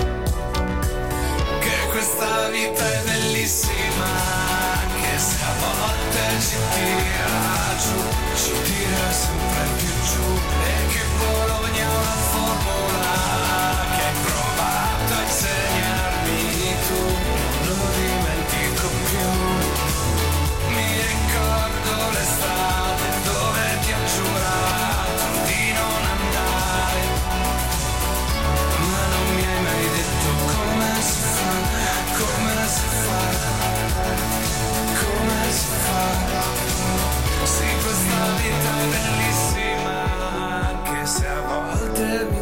G: che questa vita è bellissima, anche se a volte ci tira giù, ci tira sempre più giù, e che Bologna è una formula che hai provato a insegnarmi tu, non lo dimentico più. Mi ricordo le strade dove ti ho giurato di non andare, ma non mi hai mai detto come si fa, come si fa, come si fa. Sì, questa vita è bellissima, anche se a volte mi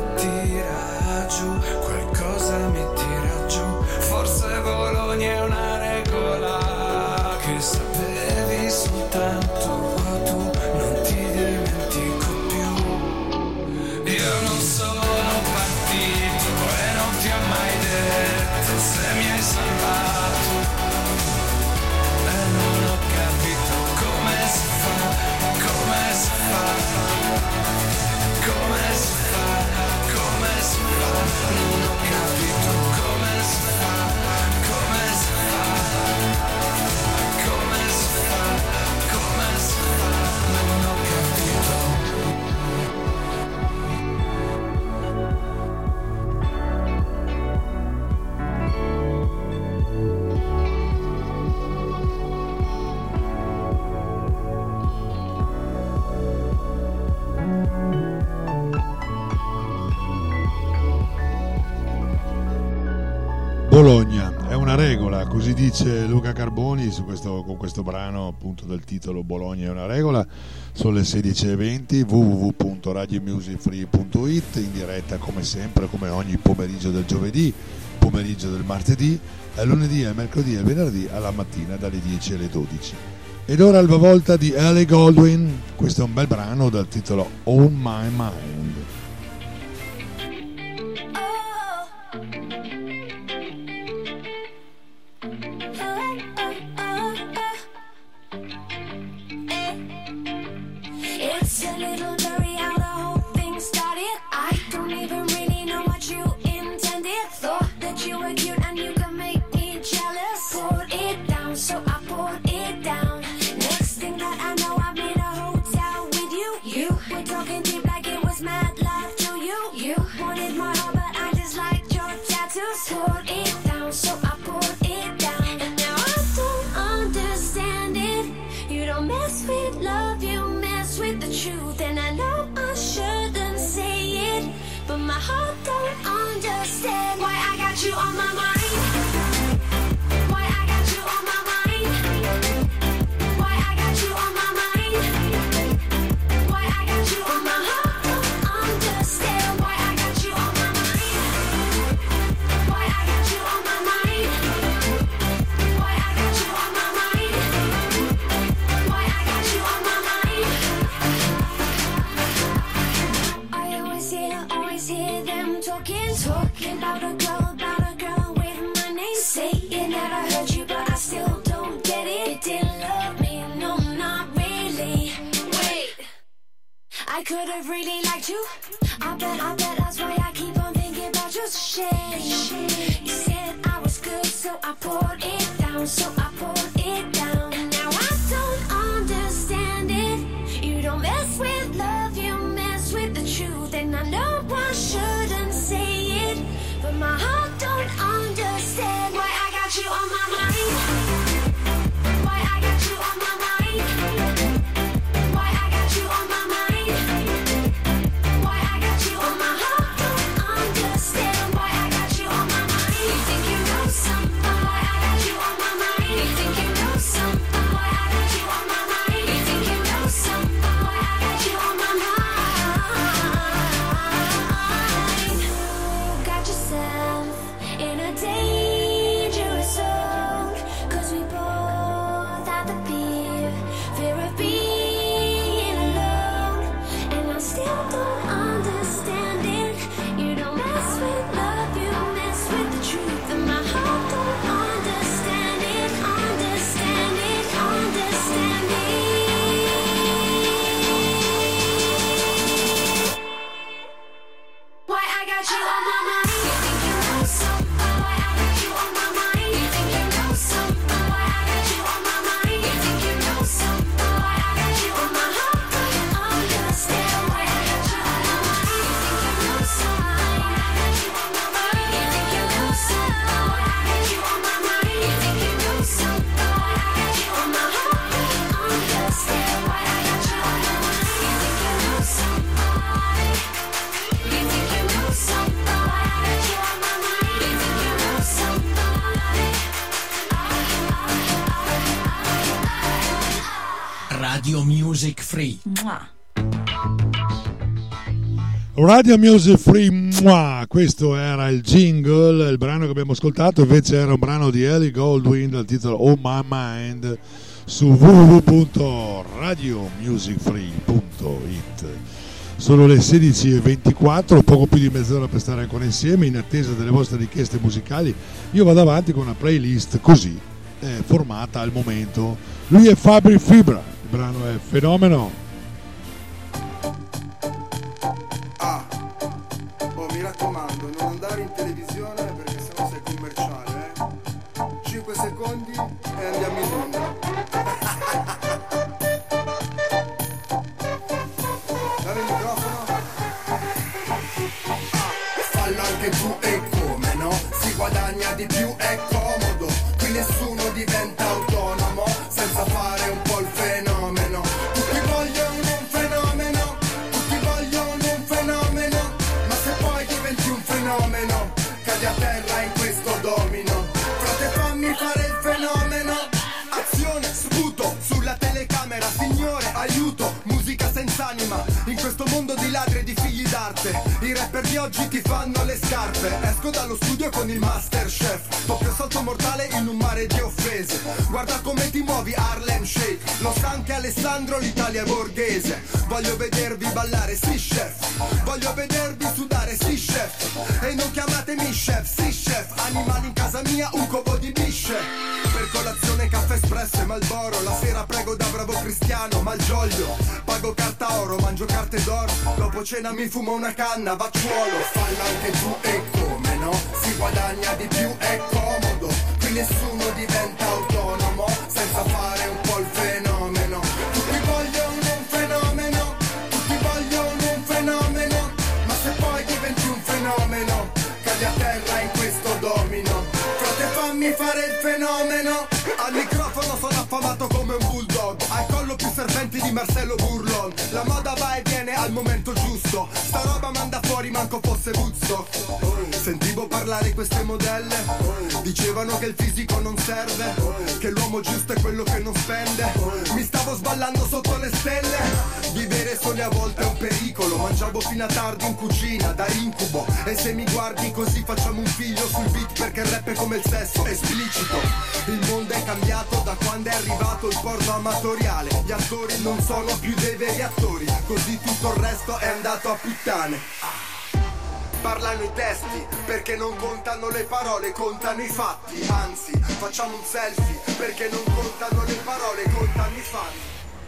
A: regola, così dice Luca Carboni con questo brano appunto del titolo Bologna è una regola. Sono le 16:20, www.radiomusicfree.it, in diretta come sempre, come ogni pomeriggio del giovedì, pomeriggio del martedì, al lunedì, al mercoledì e al venerdì alla mattina dalle 10 alle 12. Ed ora la volta di Ellie Goulding, questo è un bel brano dal titolo On My Mind.
L: It's a little blurry how the whole thing started. I don't even really know what you intended. Thought that you were cute and you could make me jealous. Poured it down, so I poured it down. Next thing that I know, I'm in a hotel with you. You were talking deep like it was mad love to you. You wanted my heart, but I just liked your tattoos. Poured it down, so I poured it down. And now I don't understand it. You don't mess with love, you mess with the truth. And I know I shouldn't say it, but my heart don't understand why I got you on my mind. Why I got you on my mind. Why I got you on my mind. Why I got you on my heart don't understand why I got you on my mind. Why I got you on my mind. Why I got you on my mind. Why I got you on my mind. I always hear them talking about a girl with my name. Say it never hurt you, but I still don't get it. It didn't love me, no, not really. Wait, I could have really liked you. I bet that's why I keep on thinking about you. Shame. You said I was good, so I poured it down, so I poured it down. And now I don't understand it. You don't mess with love, you mess with the truth. And I know I shouldn't say it, but my heart don't understand why I got you on my mind. Why I got you on my mind. Why I got you on my mind. Why I got you on my heart don't understand why I got you on my mind. You think you know something? Why I got you on my mind. You think you know something? Why I got you on my mind. You think you know something? Why I got you on my mind. You got yourself in a dangerous zone, 'cause we both have the fear of being alone. And I still don't understand it. You don't mess with love, you mess with the truth. And my heart don't understand it, understand it, understand it. Why I got you on my mind. You think you know something? Why I got you on my mind. You think you know something? Why I got you on my mind. You think you know something? Why I got you on my heart don't understand why I got you on my mind. You think you know something? Why I got you on my mind. You think you know something? Why I got you on my mind. You think you know something? Why I got you on my heart don't understand why I got you on my mind. You think you know something? You think you know something? Why I got you on my mind. You think you know something?
P: Radio Music Free.
A: Radio Music Free, mua! Questo era il jingle, il brano che abbiamo ascoltato invece era un brano di Ellie Goulding dal titolo On My Mind su www.radiomusicfree.it. Sono le 16:24, poco più di mezz'ora per stare ancora insieme in attesa delle vostre richieste musicali. Io vado avanti con una playlist così formata al momento. Lui è Fabri Fibra, il brano è Fenomeno.
R: Mi raccomando, non andare in televisione perché sennò sei commerciale, 5 secondi e andiamo in onda. Dammi il microfono.
Q: Fallo anche tu e come no? Si guadagna di più, è comodo. Qui nessuno diventa autonomo senza fare un po' il fenomeno. Tutti vogliono un fenomeno, tutti vogliono un fenomeno. Ma se poi diventi un fenomeno, cadi a terra in questo domino. Frate, fammi fare
R: rifiuto, musica senza anima. In questo mondo di ladri e di figli d'arte, i rapper di oggi ti fanno le scarpe. Esco dallo studio con il Masterchef, doppio salto mortale in un mare di offese. Guarda come ti muovi Harlem Shake, lo sa anche Alessandro, l'Italia è borghese. Voglio vedervi ballare, sì chef, voglio vedervi sudare, sì chef. E non chiamatemi chef, sì chef, animali in casa mia, un covo di bisce. Per colazione caffè espresso e Marlboro, la sera prego da bravo cristiano, malgioglio. Pago carta oro, mangio carte d'oro, dopo cena mi fumo una canna, vacciuolo. Falla anche tu e come no, si guadagna di più, è comodo. Qui nessuno diventa autonomo senza fare un po' il fenomeno. Tutti vogliono un fenomeno, tutti vogliono un fenomeno, ma se poi diventi un fenomeno, cadi a terra in questo domino. Frate, fammi fare il fenomeno. Al microfono sono affamato come un bulldog, al collo più serpenti di Marcello Burlon. La moda va e viene al momento giusto, sta roba manda fuori manco fosse Woodstock. Sentivo parlare queste modelle, dicevano che il fisico non serve, che l'uomo giusto è quello che non spende. Mi stavo sballando sotto le stelle, vivere soli a volte è un pericolo. Mangiavo fino a tardi in cucina, da incubo. E se mi guardi così facciamo un figlio sul beat, perché il rap è come il sesso, esplicito. Il mondo è cambiato da quando è arrivato il porno amatoriale. Gli attori non sono più dei veri attori, così tutto il resto è andato a puttane. Parlano i testi, perché non contano le parole, contano i fatti. Anzi, facciamo un selfie, perché non contano le parole, contano i fatti.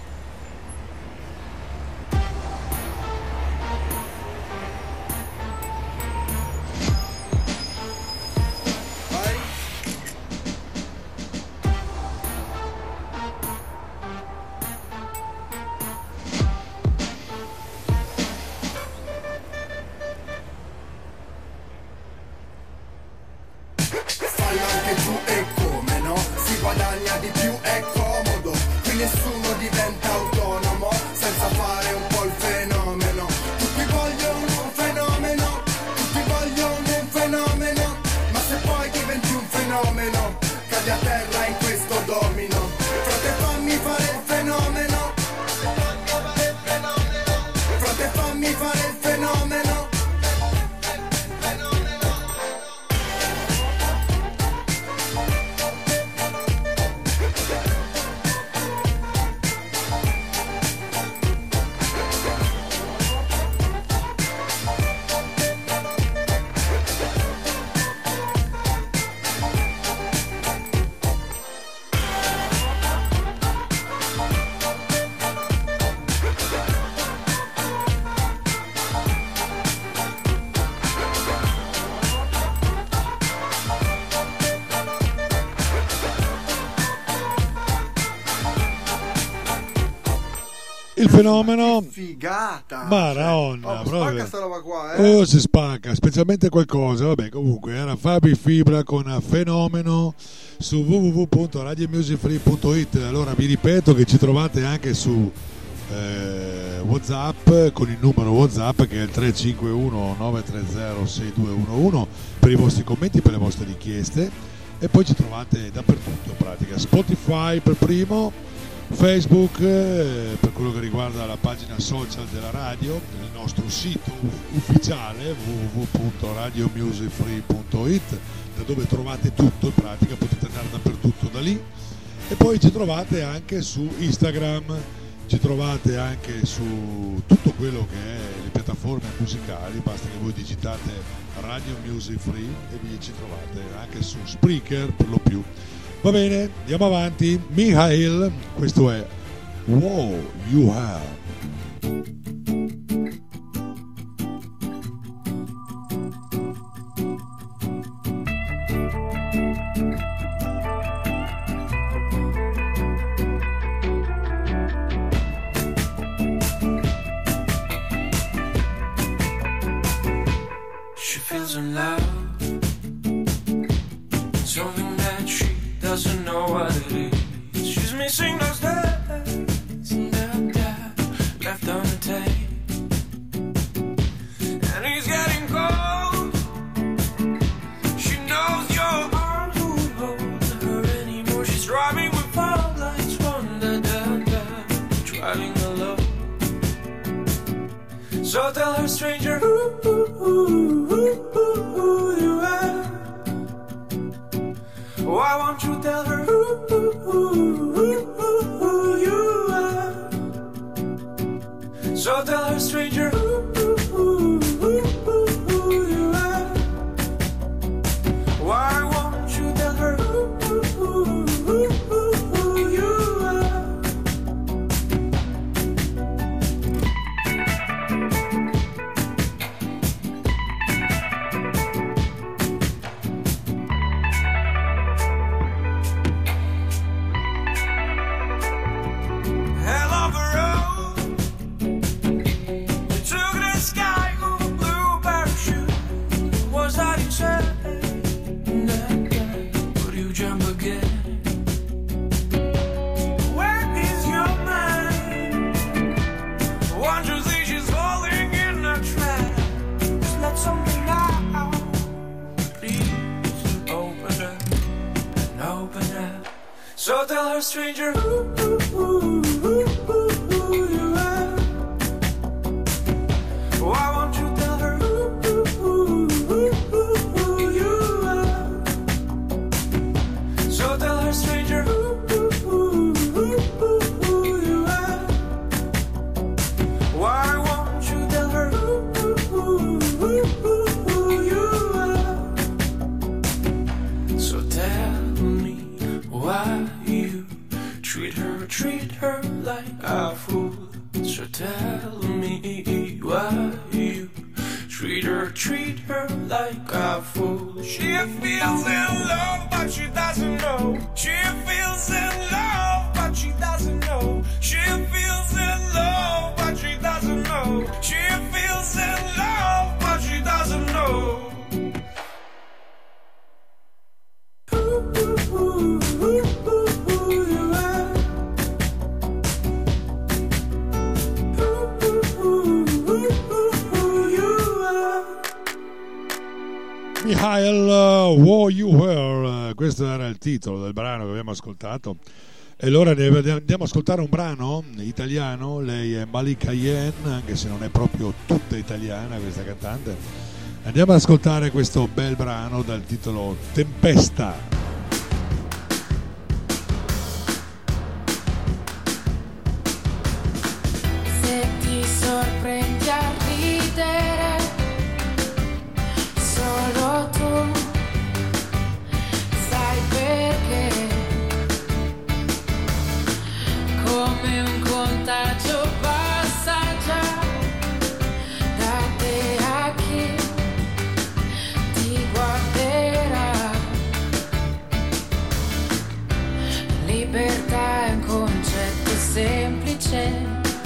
A: Il fenomeno,
R: figata,
A: Maronna,
R: spacca sta roba qua,
A: oh, si spacca, specialmente qualcosa. Vabbè, comunque era Fabi Fibra con Fenomeno su www.radiomusicfree.it. Allora vi ripeto che ci trovate anche su WhatsApp, con il numero WhatsApp che è il 351 930 6211 per i vostri commenti, per le vostre richieste, e poi ci trovate dappertutto in pratica. Spotify per primo, Facebook per quello che riguarda la pagina social della radio, il nostro sito ufficiale www.radiomusicfree.it, da dove trovate tutto in pratica, potete andare dappertutto da lì. E poi ci trovate anche su Instagram, ci trovate anche su tutto quello che è le piattaforme musicali, basta che voi digitate Radio Music Free e vi ci trovate anche su Spreaker per lo più. Va bene, andiamo avanti. Michael, questo è Wow You Have.
H: She feels in love, something that she doesn't know what it is. She's missing those days left on the tape, and he's getting cold. She knows your arms won't hold her anymore. She's driving with fog lights, driving alone. So tell her, stranger, who you are. Why won't you tell her who you are? So tell her, stranger, who you are. Why won't you tell her who you are? Hell of a road, you took the sky with a blue parachute. Was that you said? Would you jump again? Where is your mind? Won't you see she's falling in a trap? Just let something out. Please open up and open up. So tell her, stranger, who you are. Why won't you tell her who you are? So tell her, stranger, who you are. Why won't you tell her who you are? So tell me why you treat her like a fool. So tell me why you treat her like a fool. She feels in love, but she doesn't know. She feels in love, but she doesn't know. She feels in love, but she doesn't know. She feels in love, but she doesn't know. Who you are.
A: Michael, Who You Were, questo era il titolo del brano che abbiamo ascoltato. E allora andiamo a ascoltare un brano italiano. Lei è Malika Yen, anche se non è proprio tutta italiana questa cantante. Andiamo ad ascoltare questo bel brano dal titolo Tempesta.
S: Se ti sorprendi a ridere, solo tu sai perché. Come un contagio passa già da te a chi ti guarderà. Libertà è un concetto semplice,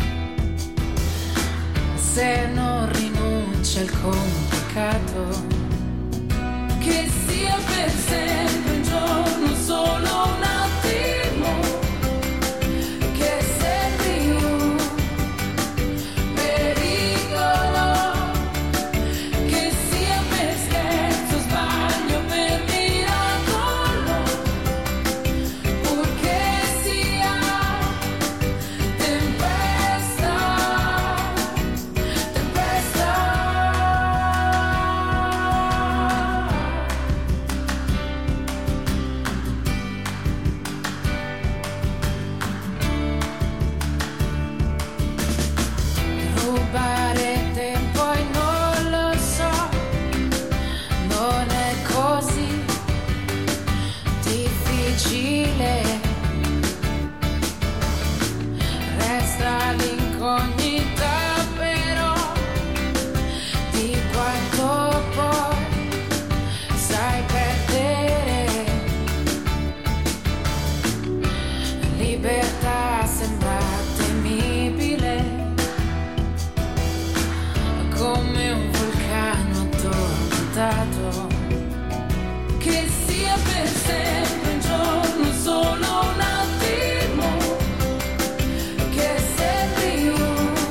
S: se non rinuncia al complicato. Che sia per sempre un giorno, solo un attimo, che sembri un pericolo, che sia per scherzo, sbaglio, per miracolo, purché sia tempesta, tempesta. Rubare tempo e non lo so, non è così difficile. Resta l'incognita però di quanto poi sai perdere. Libertà sembra temibile, come un vulcano addormentato. Che sia per sempre un giorno, solo un attimo, che sembri un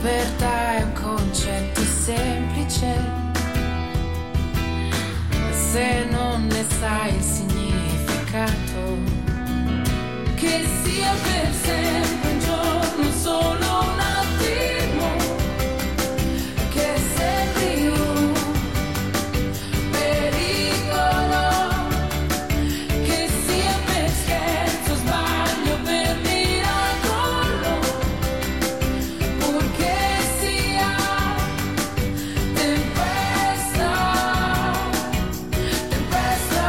S: libertà è un concetto semplice, se non ne sai il significato, che sia per sempre un giorno, solo un attimo, che sembri un pericolo, che sia per scherzo, sbaglio, per miracolo, purché sia tempesta, tempesta.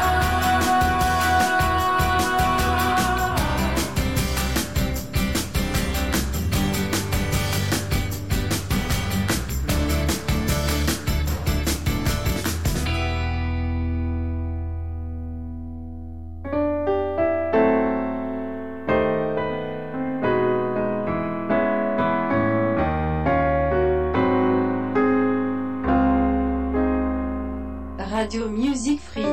F: Radio Music Free.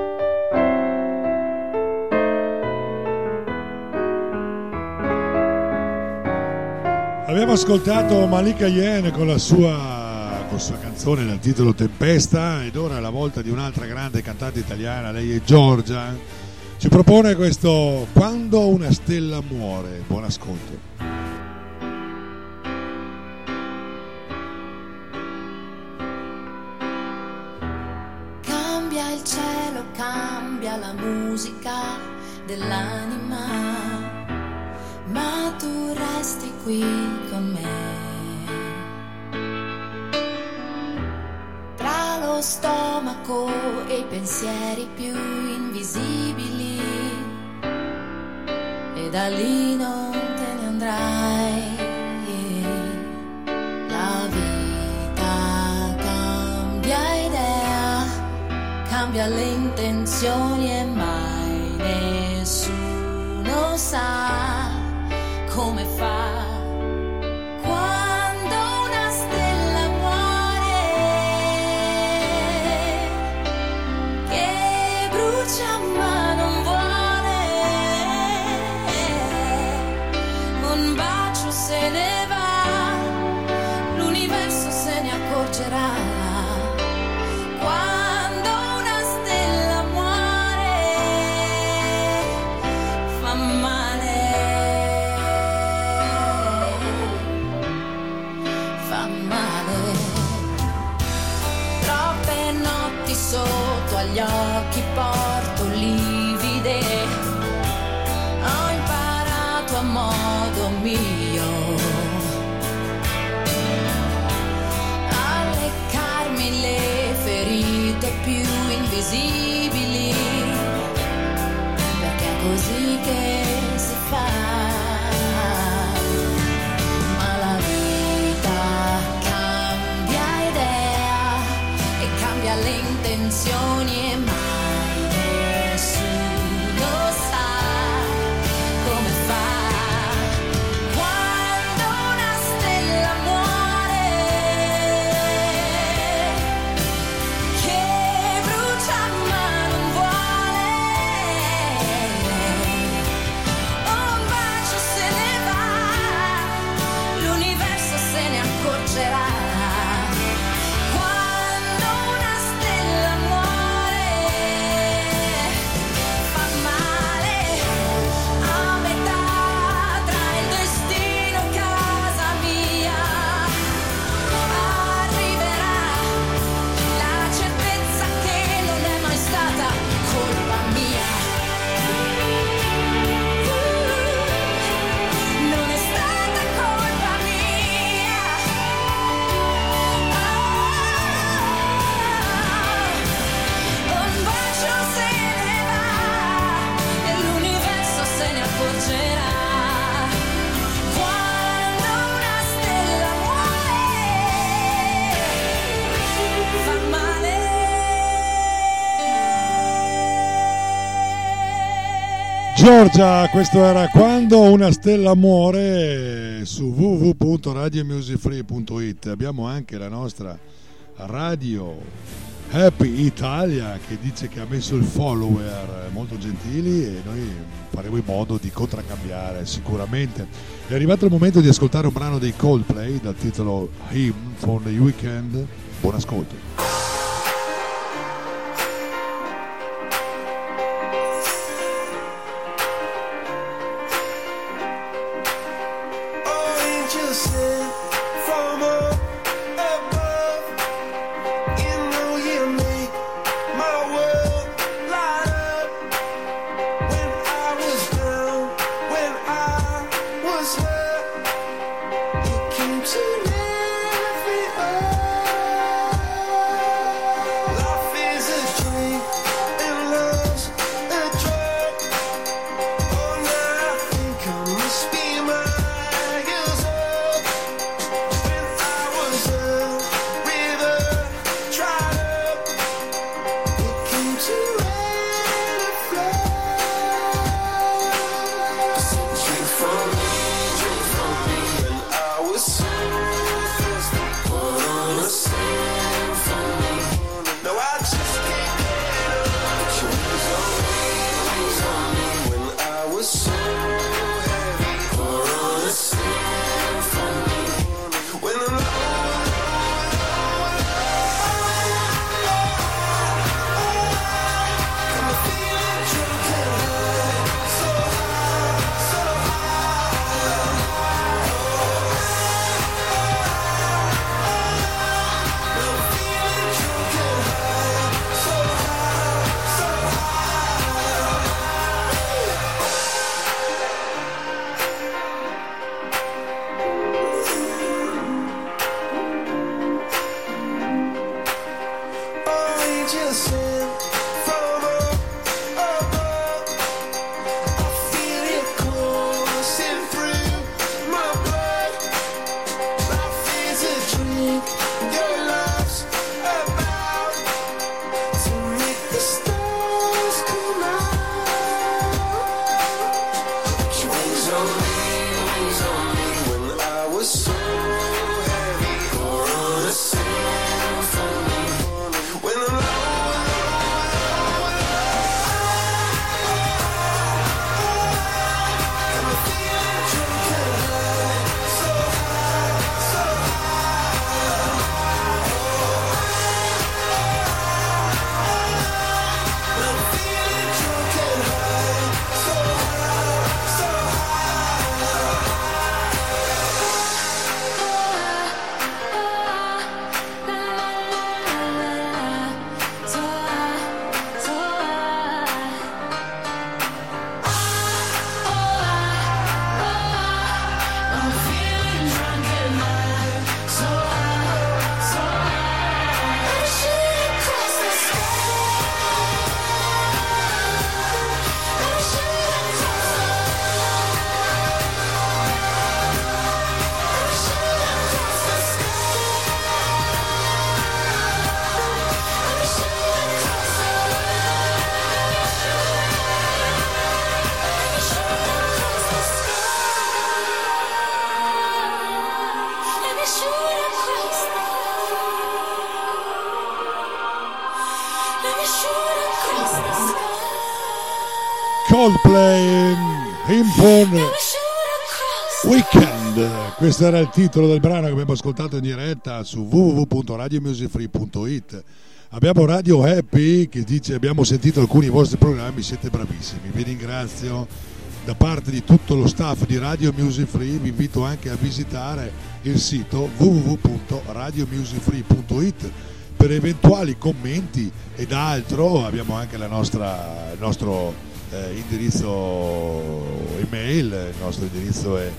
A: Abbiamo ascoltato Malika Yen con la sua canzone dal titolo Tempesta, ed ora è la volta di un'altra grande cantante italiana, lei è Giorgia. Ci propone questo Quando una stella muore. Buon ascolto.
O: Cambia il cielo, cambia la musica dell'anima, ma tu resti qui con me. Tra lo stomaco e i pensieri più invisibili, e da lì non te ne andrai. La vita cambia idea, cambia le intenzioni e mai nessuno sa come fa. Quando una stella muore, che brucia ma non vuole, un bacio se ne va, l'universo se ne accorgerà. Quando una stella muore, fa male, fa male. Troppe notti sotto agli occhi porto livide, ho imparato a modo mio a leccarmi le ferite più invisibili, perché è così che si fa. Ma la vita cambia idea e cambia le intenzioni e mai nessuno sa come fa. Quando una stella muore, che brucia ma non vuole, un bacio se ne va, l'universo se ne accorgerà. Quando una stella muore, fa male a metà tra il destino e casa mia. Arriverà la certezza che non è mai stata colpa mia. Non è stata colpa mia. Un bacio se ne va e l'universo se ne accorgerà. Quando una stella muore, fa male.
A: Giorgia, questo era Quando una stella muore su www.radiomusicfree.it. Abbiamo anche la nostra Radio Happy Italia, che dice che ha messo il follower molto gentili, e noi faremo in modo di contraccambiare sicuramente. È arrivato il momento di ascoltare un brano dei Coldplay dal titolo Hymn for the Weekend. Buon ascolto. Coldplay, Hymn Weekend. Questo era il titolo del brano che abbiamo ascoltato in diretta su www.radiomusicfree.it. Abbiamo Radio Happy che dice: abbiamo sentito alcuni vostri programmi, siete bravissimi. Vi ringrazio da parte di tutto lo staff di Radio Music Free. Vi invito anche a visitare il sito www.radiomusicfree.it per eventuali commenti ed altro. Abbiamo anche il nostro indirizzo email. Il nostro indirizzo è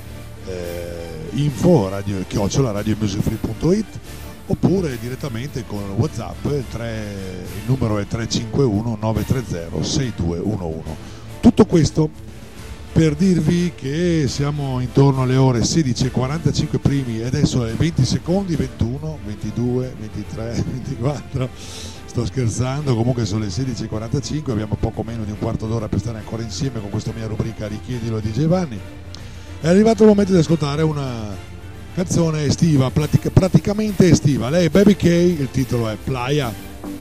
A: info@radiomusicfree.it, oppure direttamente con WhatsApp. Il numero è 351 930 6211. Tutto questo per dirvi che siamo intorno alle ore 16:45 primi, e adesso è 20 secondi, 21, 22, 23, 24. Sto scherzando, comunque sono le 16:45, abbiamo poco meno di un quarto d'ora per stare ancora insieme con questa mia rubrica Richiedilo di DJ Vanni. È arrivato il momento di ascoltare una canzone estiva, praticamente estiva. Lei è Baby K, il titolo è Playa.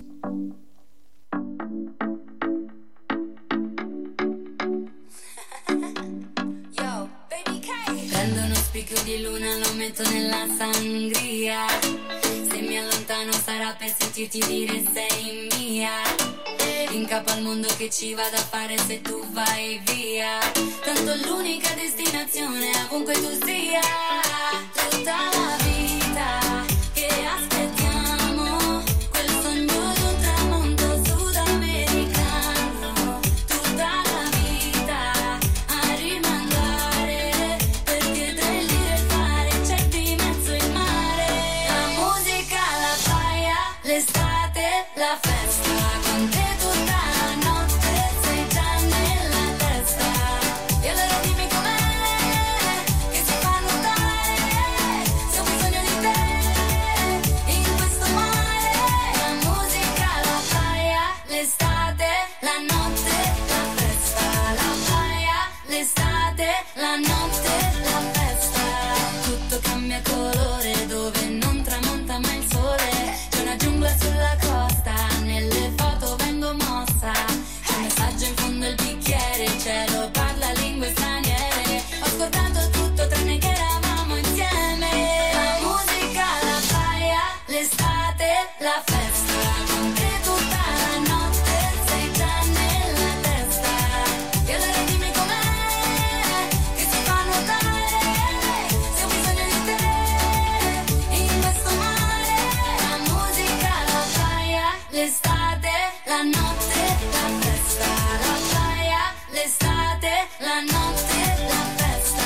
O: Prendo uno spicchio di luna, lo metto nella sangria. Se mi allontano sarà per sentirti dire sei mia. In capo al mondo che ci vado a fare se tu vai via. Tanto l'unica destinazione è ovunque tu sia. Tutta la vita che aspettiamo, quel sogno di un tramonto sudamericano. Tutta la vita a rimandare, perché tra il dire e il fare c'è di mezzo il mare. La musica, la playa, l'estate, la festa. Con te tutta la notte sei già nella testa. E allora dimmi com'è che si fa notare se ho bisogno di te in questo mare. La musica, la playa, l'estate, la notte, la festa. La playa, l'estate, la notte, la festa. Tutto cambia colore dove non tramonta mai il sole. C'è una giungla sulla costa, nelle foto vengo mossa. C'è un messaggio in fondo al bicchiere, il cielo parla lingue straniere. Ho scordato tutto tranne che eravamo insieme. La musica, la playa, l'estate, la festa. Con te tutta la notte sei già nella testa. E allora dimmi com'è che si fa notare se ho bisogno di te in questo mare. La musica, la playa, l'estate, la notte, la festa. La playa, l'estate, la notte, la festa.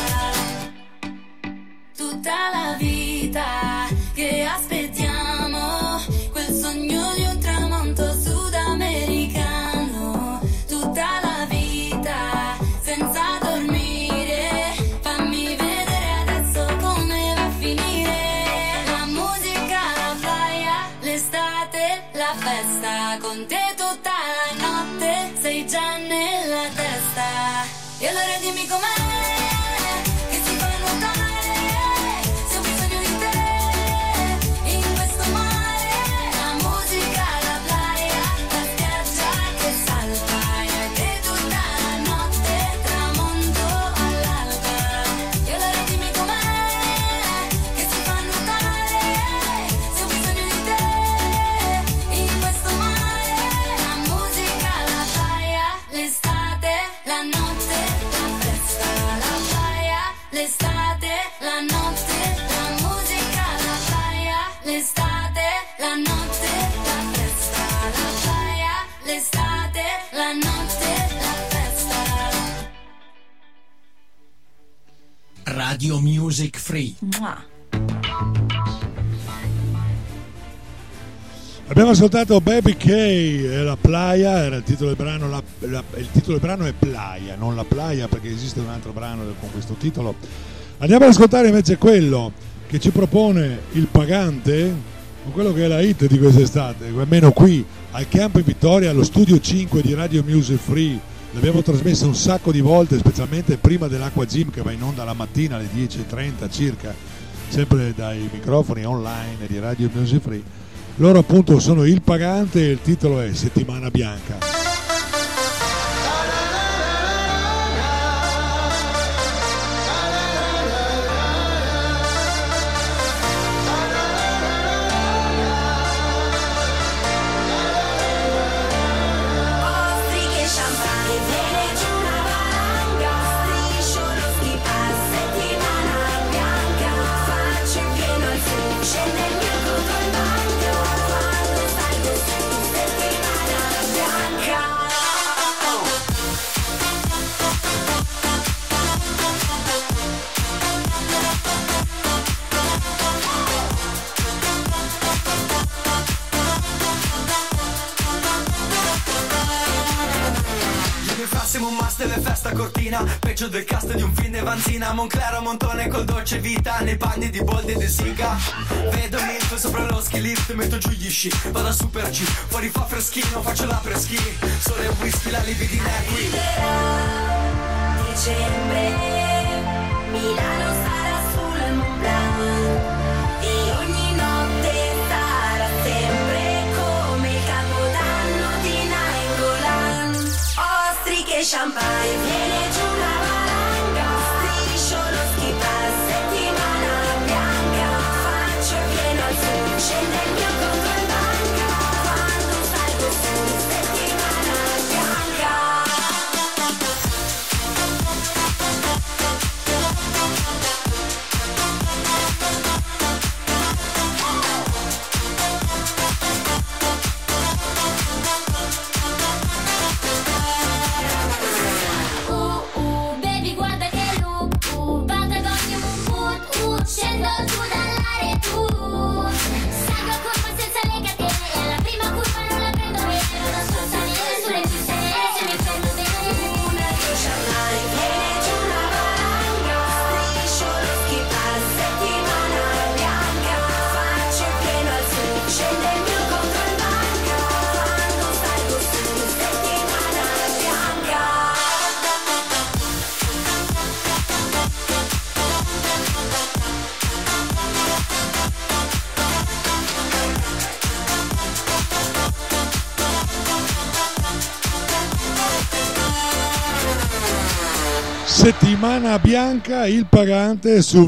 O: Tutta la vita che aspettiamo, quel sogno di un tramonto sudamericano. Tutta la vita senza dormire, fammi vedere adesso come va a finire. La musica, la playa, l'estate, la festa. Con te tutta la notte sei già nella testa. E allora dimmi com'è che si fa notare se ho bisogno di te in questo mare. La musica, la playa, la spiaggia che salta. E te tutta la notte, tramonto all'alba. E allora dimmi com'è che si fa notare se ho bisogno di te in questo mare. La musica, la playa, l'estate, la notte, la festa. La playa, l'estate, la notte, la musica, la playa, l'estate, la notte, la festa. La playa, l'estate, la notte, la festa.
P: Radio Music Free.
A: Abbiamo ascoltato Baby K e la playa, era il titolo del brano. Il titolo del brano è Playa, non la playa, perché esiste un altro brano con questo titolo. Andiamo ad ascoltare invece quello che ci propone il Pagante, con quello che è la hit di quest'estate, almeno qui al Campo in Vittoria, allo studio 5 di Radio Music Free. L'abbiamo trasmessa un sacco di volte, specialmente prima dell'Acqua Gym, che va in onda la mattina alle 10:30 circa, sempre dai microfoni online di Radio Music Free. Loro appunto sono il Pagante e il titolo è Settimana Bianca.
L: Ostriche, champagne, viene giù una valanga. Striscio lo ski pass, settimana bianca. Faccio in pieno al su, scende il mio coto in bagno. Quando salgo su, settimana bianca.
M: Siamo un must delle feste a Cortina, peggio del cast di un film di Vanzina. Monclero, Montone col dolce vita, nei panni di Boldi e di Siga. Vedo Milf sopra lo ski lift, metto giù gli sci, vado a Super G, fuori fa freschino, faccio la preschi. Sole e whisky, la libidina è qui.
L: Dicembre, Milano sarà sul Mont Blanc. Scendo giù dall'area tu. Salgo a curva senza le catene. E alla prima curva non la prendo bene. Non so salire sulle piste se mi fermo bene. Una croce mai che c'è una valanga. Striscio lo ski pass, settimana bianca. Faccio il pieno al sud, scende il mio conto in banca. Quando salgo su, settimana bianca.
A: Settimana bianca, il pagante su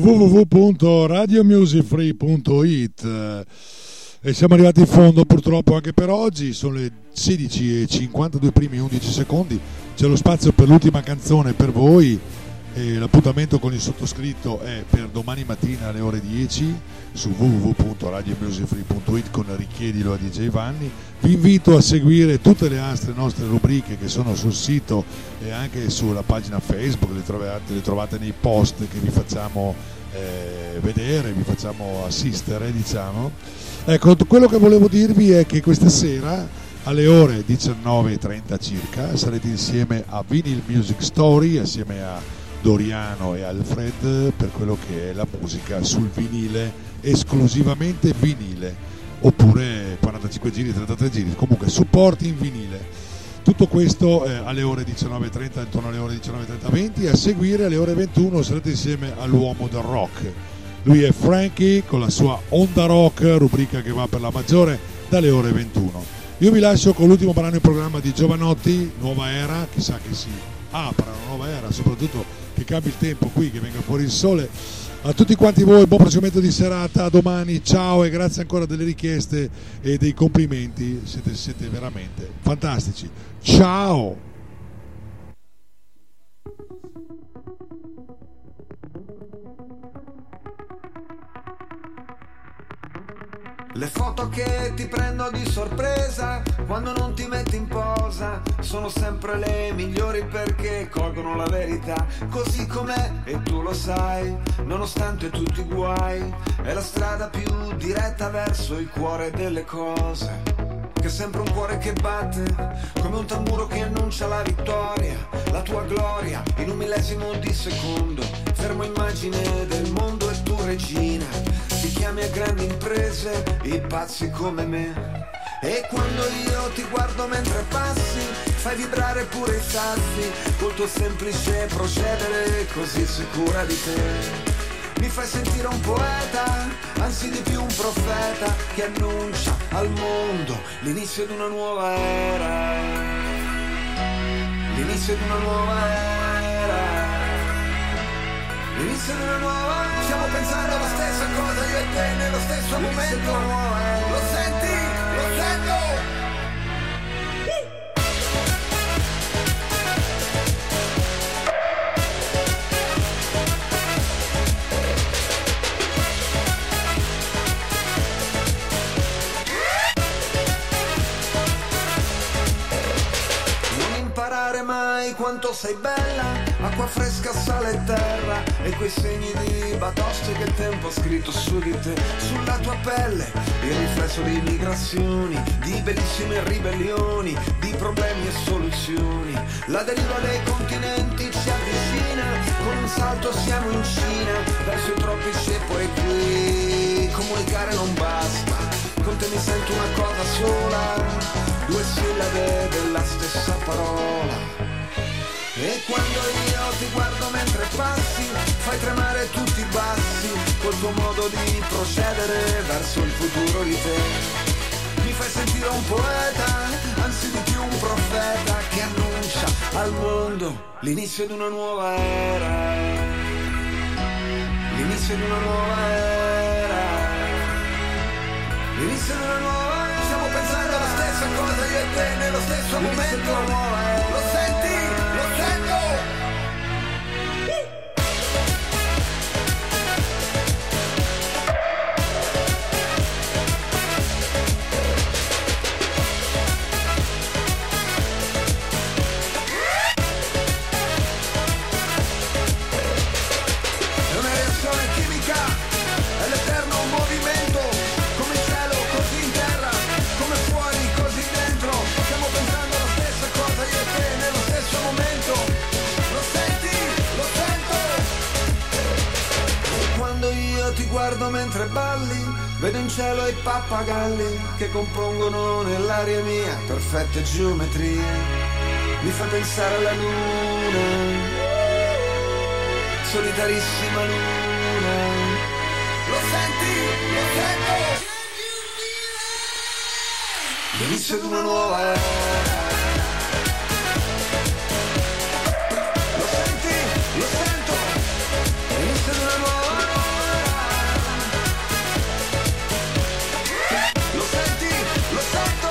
A: www.radiomusicfree.it. E siamo arrivati in fondo purtroppo anche per oggi, sono le 16:52 primi 11 secondi, c'è lo spazio per l'ultima canzone per voi e l'appuntamento con il sottoscritto è per domani mattina alle ore 10 su www.radiomusicfree.it con Richiedilo a DJ Vanni. Vi invito a seguire tutte le altre nostre rubriche che sono sul sito e anche sulla pagina Facebook, le trovate nei post che vi facciamo vedere, vi facciamo assistere, diciamo. Ecco, quello che volevo dirvi è che questa sera alle ore 19:30 circa sarete insieme a Vinyl Music Story assieme a Doriano e Alfred per quello che è la musica sul vinile, esclusivamente vinile, oppure 45 giri, 33 giri, comunque supporti in vinile. Tutto questo alle ore 19:30, intorno alle ore 19:30-20, e a seguire alle ore 21 sarete insieme all'uomo del rock. Lui è Frankie con la sua Onda Rock, rubrica che va per la maggiore dalle ore 21. Io vi lascio con l'ultimo brano in programma di Giovanotti, Nuova Era, chissà che si apra una nuova era, soprattutto che cambi il tempo qui, che venga fuori il sole. A tutti quanti voi buon proseguimento di serata, a domani, ciao, e grazie ancora delle richieste e dei complimenti, siete veramente fantastici, ciao.
J: Le foto che ti prendo di sorpresa quando non ti metti in posa sono sempre le migliori perché colgono la verità così com'è e tu lo sai, nonostante tutti i guai. È la strada più diretta verso il cuore delle cose, che è sempre un cuore che batte come un tamburo che annuncia la vittoria, la tua gloria in un millesimo di secondo. Fermo immagine del mondo e tu regina, ti chiami a grandi imprese i pazzi come me. E quando io ti guardo mentre passi fai vibrare pure i sassi col tuo semplice procedere così sicura di te. Mi fai sentire un poeta, anzi di più un profeta che annuncia al mondo l'inizio di una nuova era. L'inizio di una nuova era. L'inizio di una nuova era. Stiamo pensando alla stessa cosa io e te nello stesso momento. Lo senti? Lo sento? Mai quanto sei bella, acqua fresca, sale e terra e quei segni di batoste che il tempo ha scritto su di te, sulla tua pelle, il riflesso di migrazioni, di bellissime ribellioni, di problemi e soluzioni. La deriva dei continenti ci avvicina, con un salto siamo in Cina, verso i tropici e poi qui. Comunicare non basta, con te mi sento una cosa sola, due sillabe della stessa parola. E quando io ti guardo mentre passi fai tremare tutti i bassi col tuo modo di procedere verso il futuro di te. Mi fai sentire un poeta, anzi di più un profeta che annuncia al mondo l'inizio di una nuova era. L'inizio di una nuova era. L'inizio di una nuova era. Stiamo pensando alla stessa cosa io e te nello stesso momento. Lo senti? Lo sento? È una reazione chimica Quando ti guardo mentre balli, vedo in cielo i pappagalli che compongono nell'aria mia perfette geometrie. Mi fa pensare alla luna, solitarissima luna. Lo senti? Lo sento? L'inizio di una nuova era. Lo senti? Lo sento? L'inizio di una nuova era. Lo senti? Lo sento?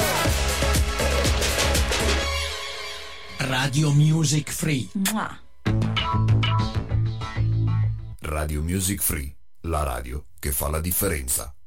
P: Radio Music Free.
D: Radio Music Free, la radio che fa la differenza.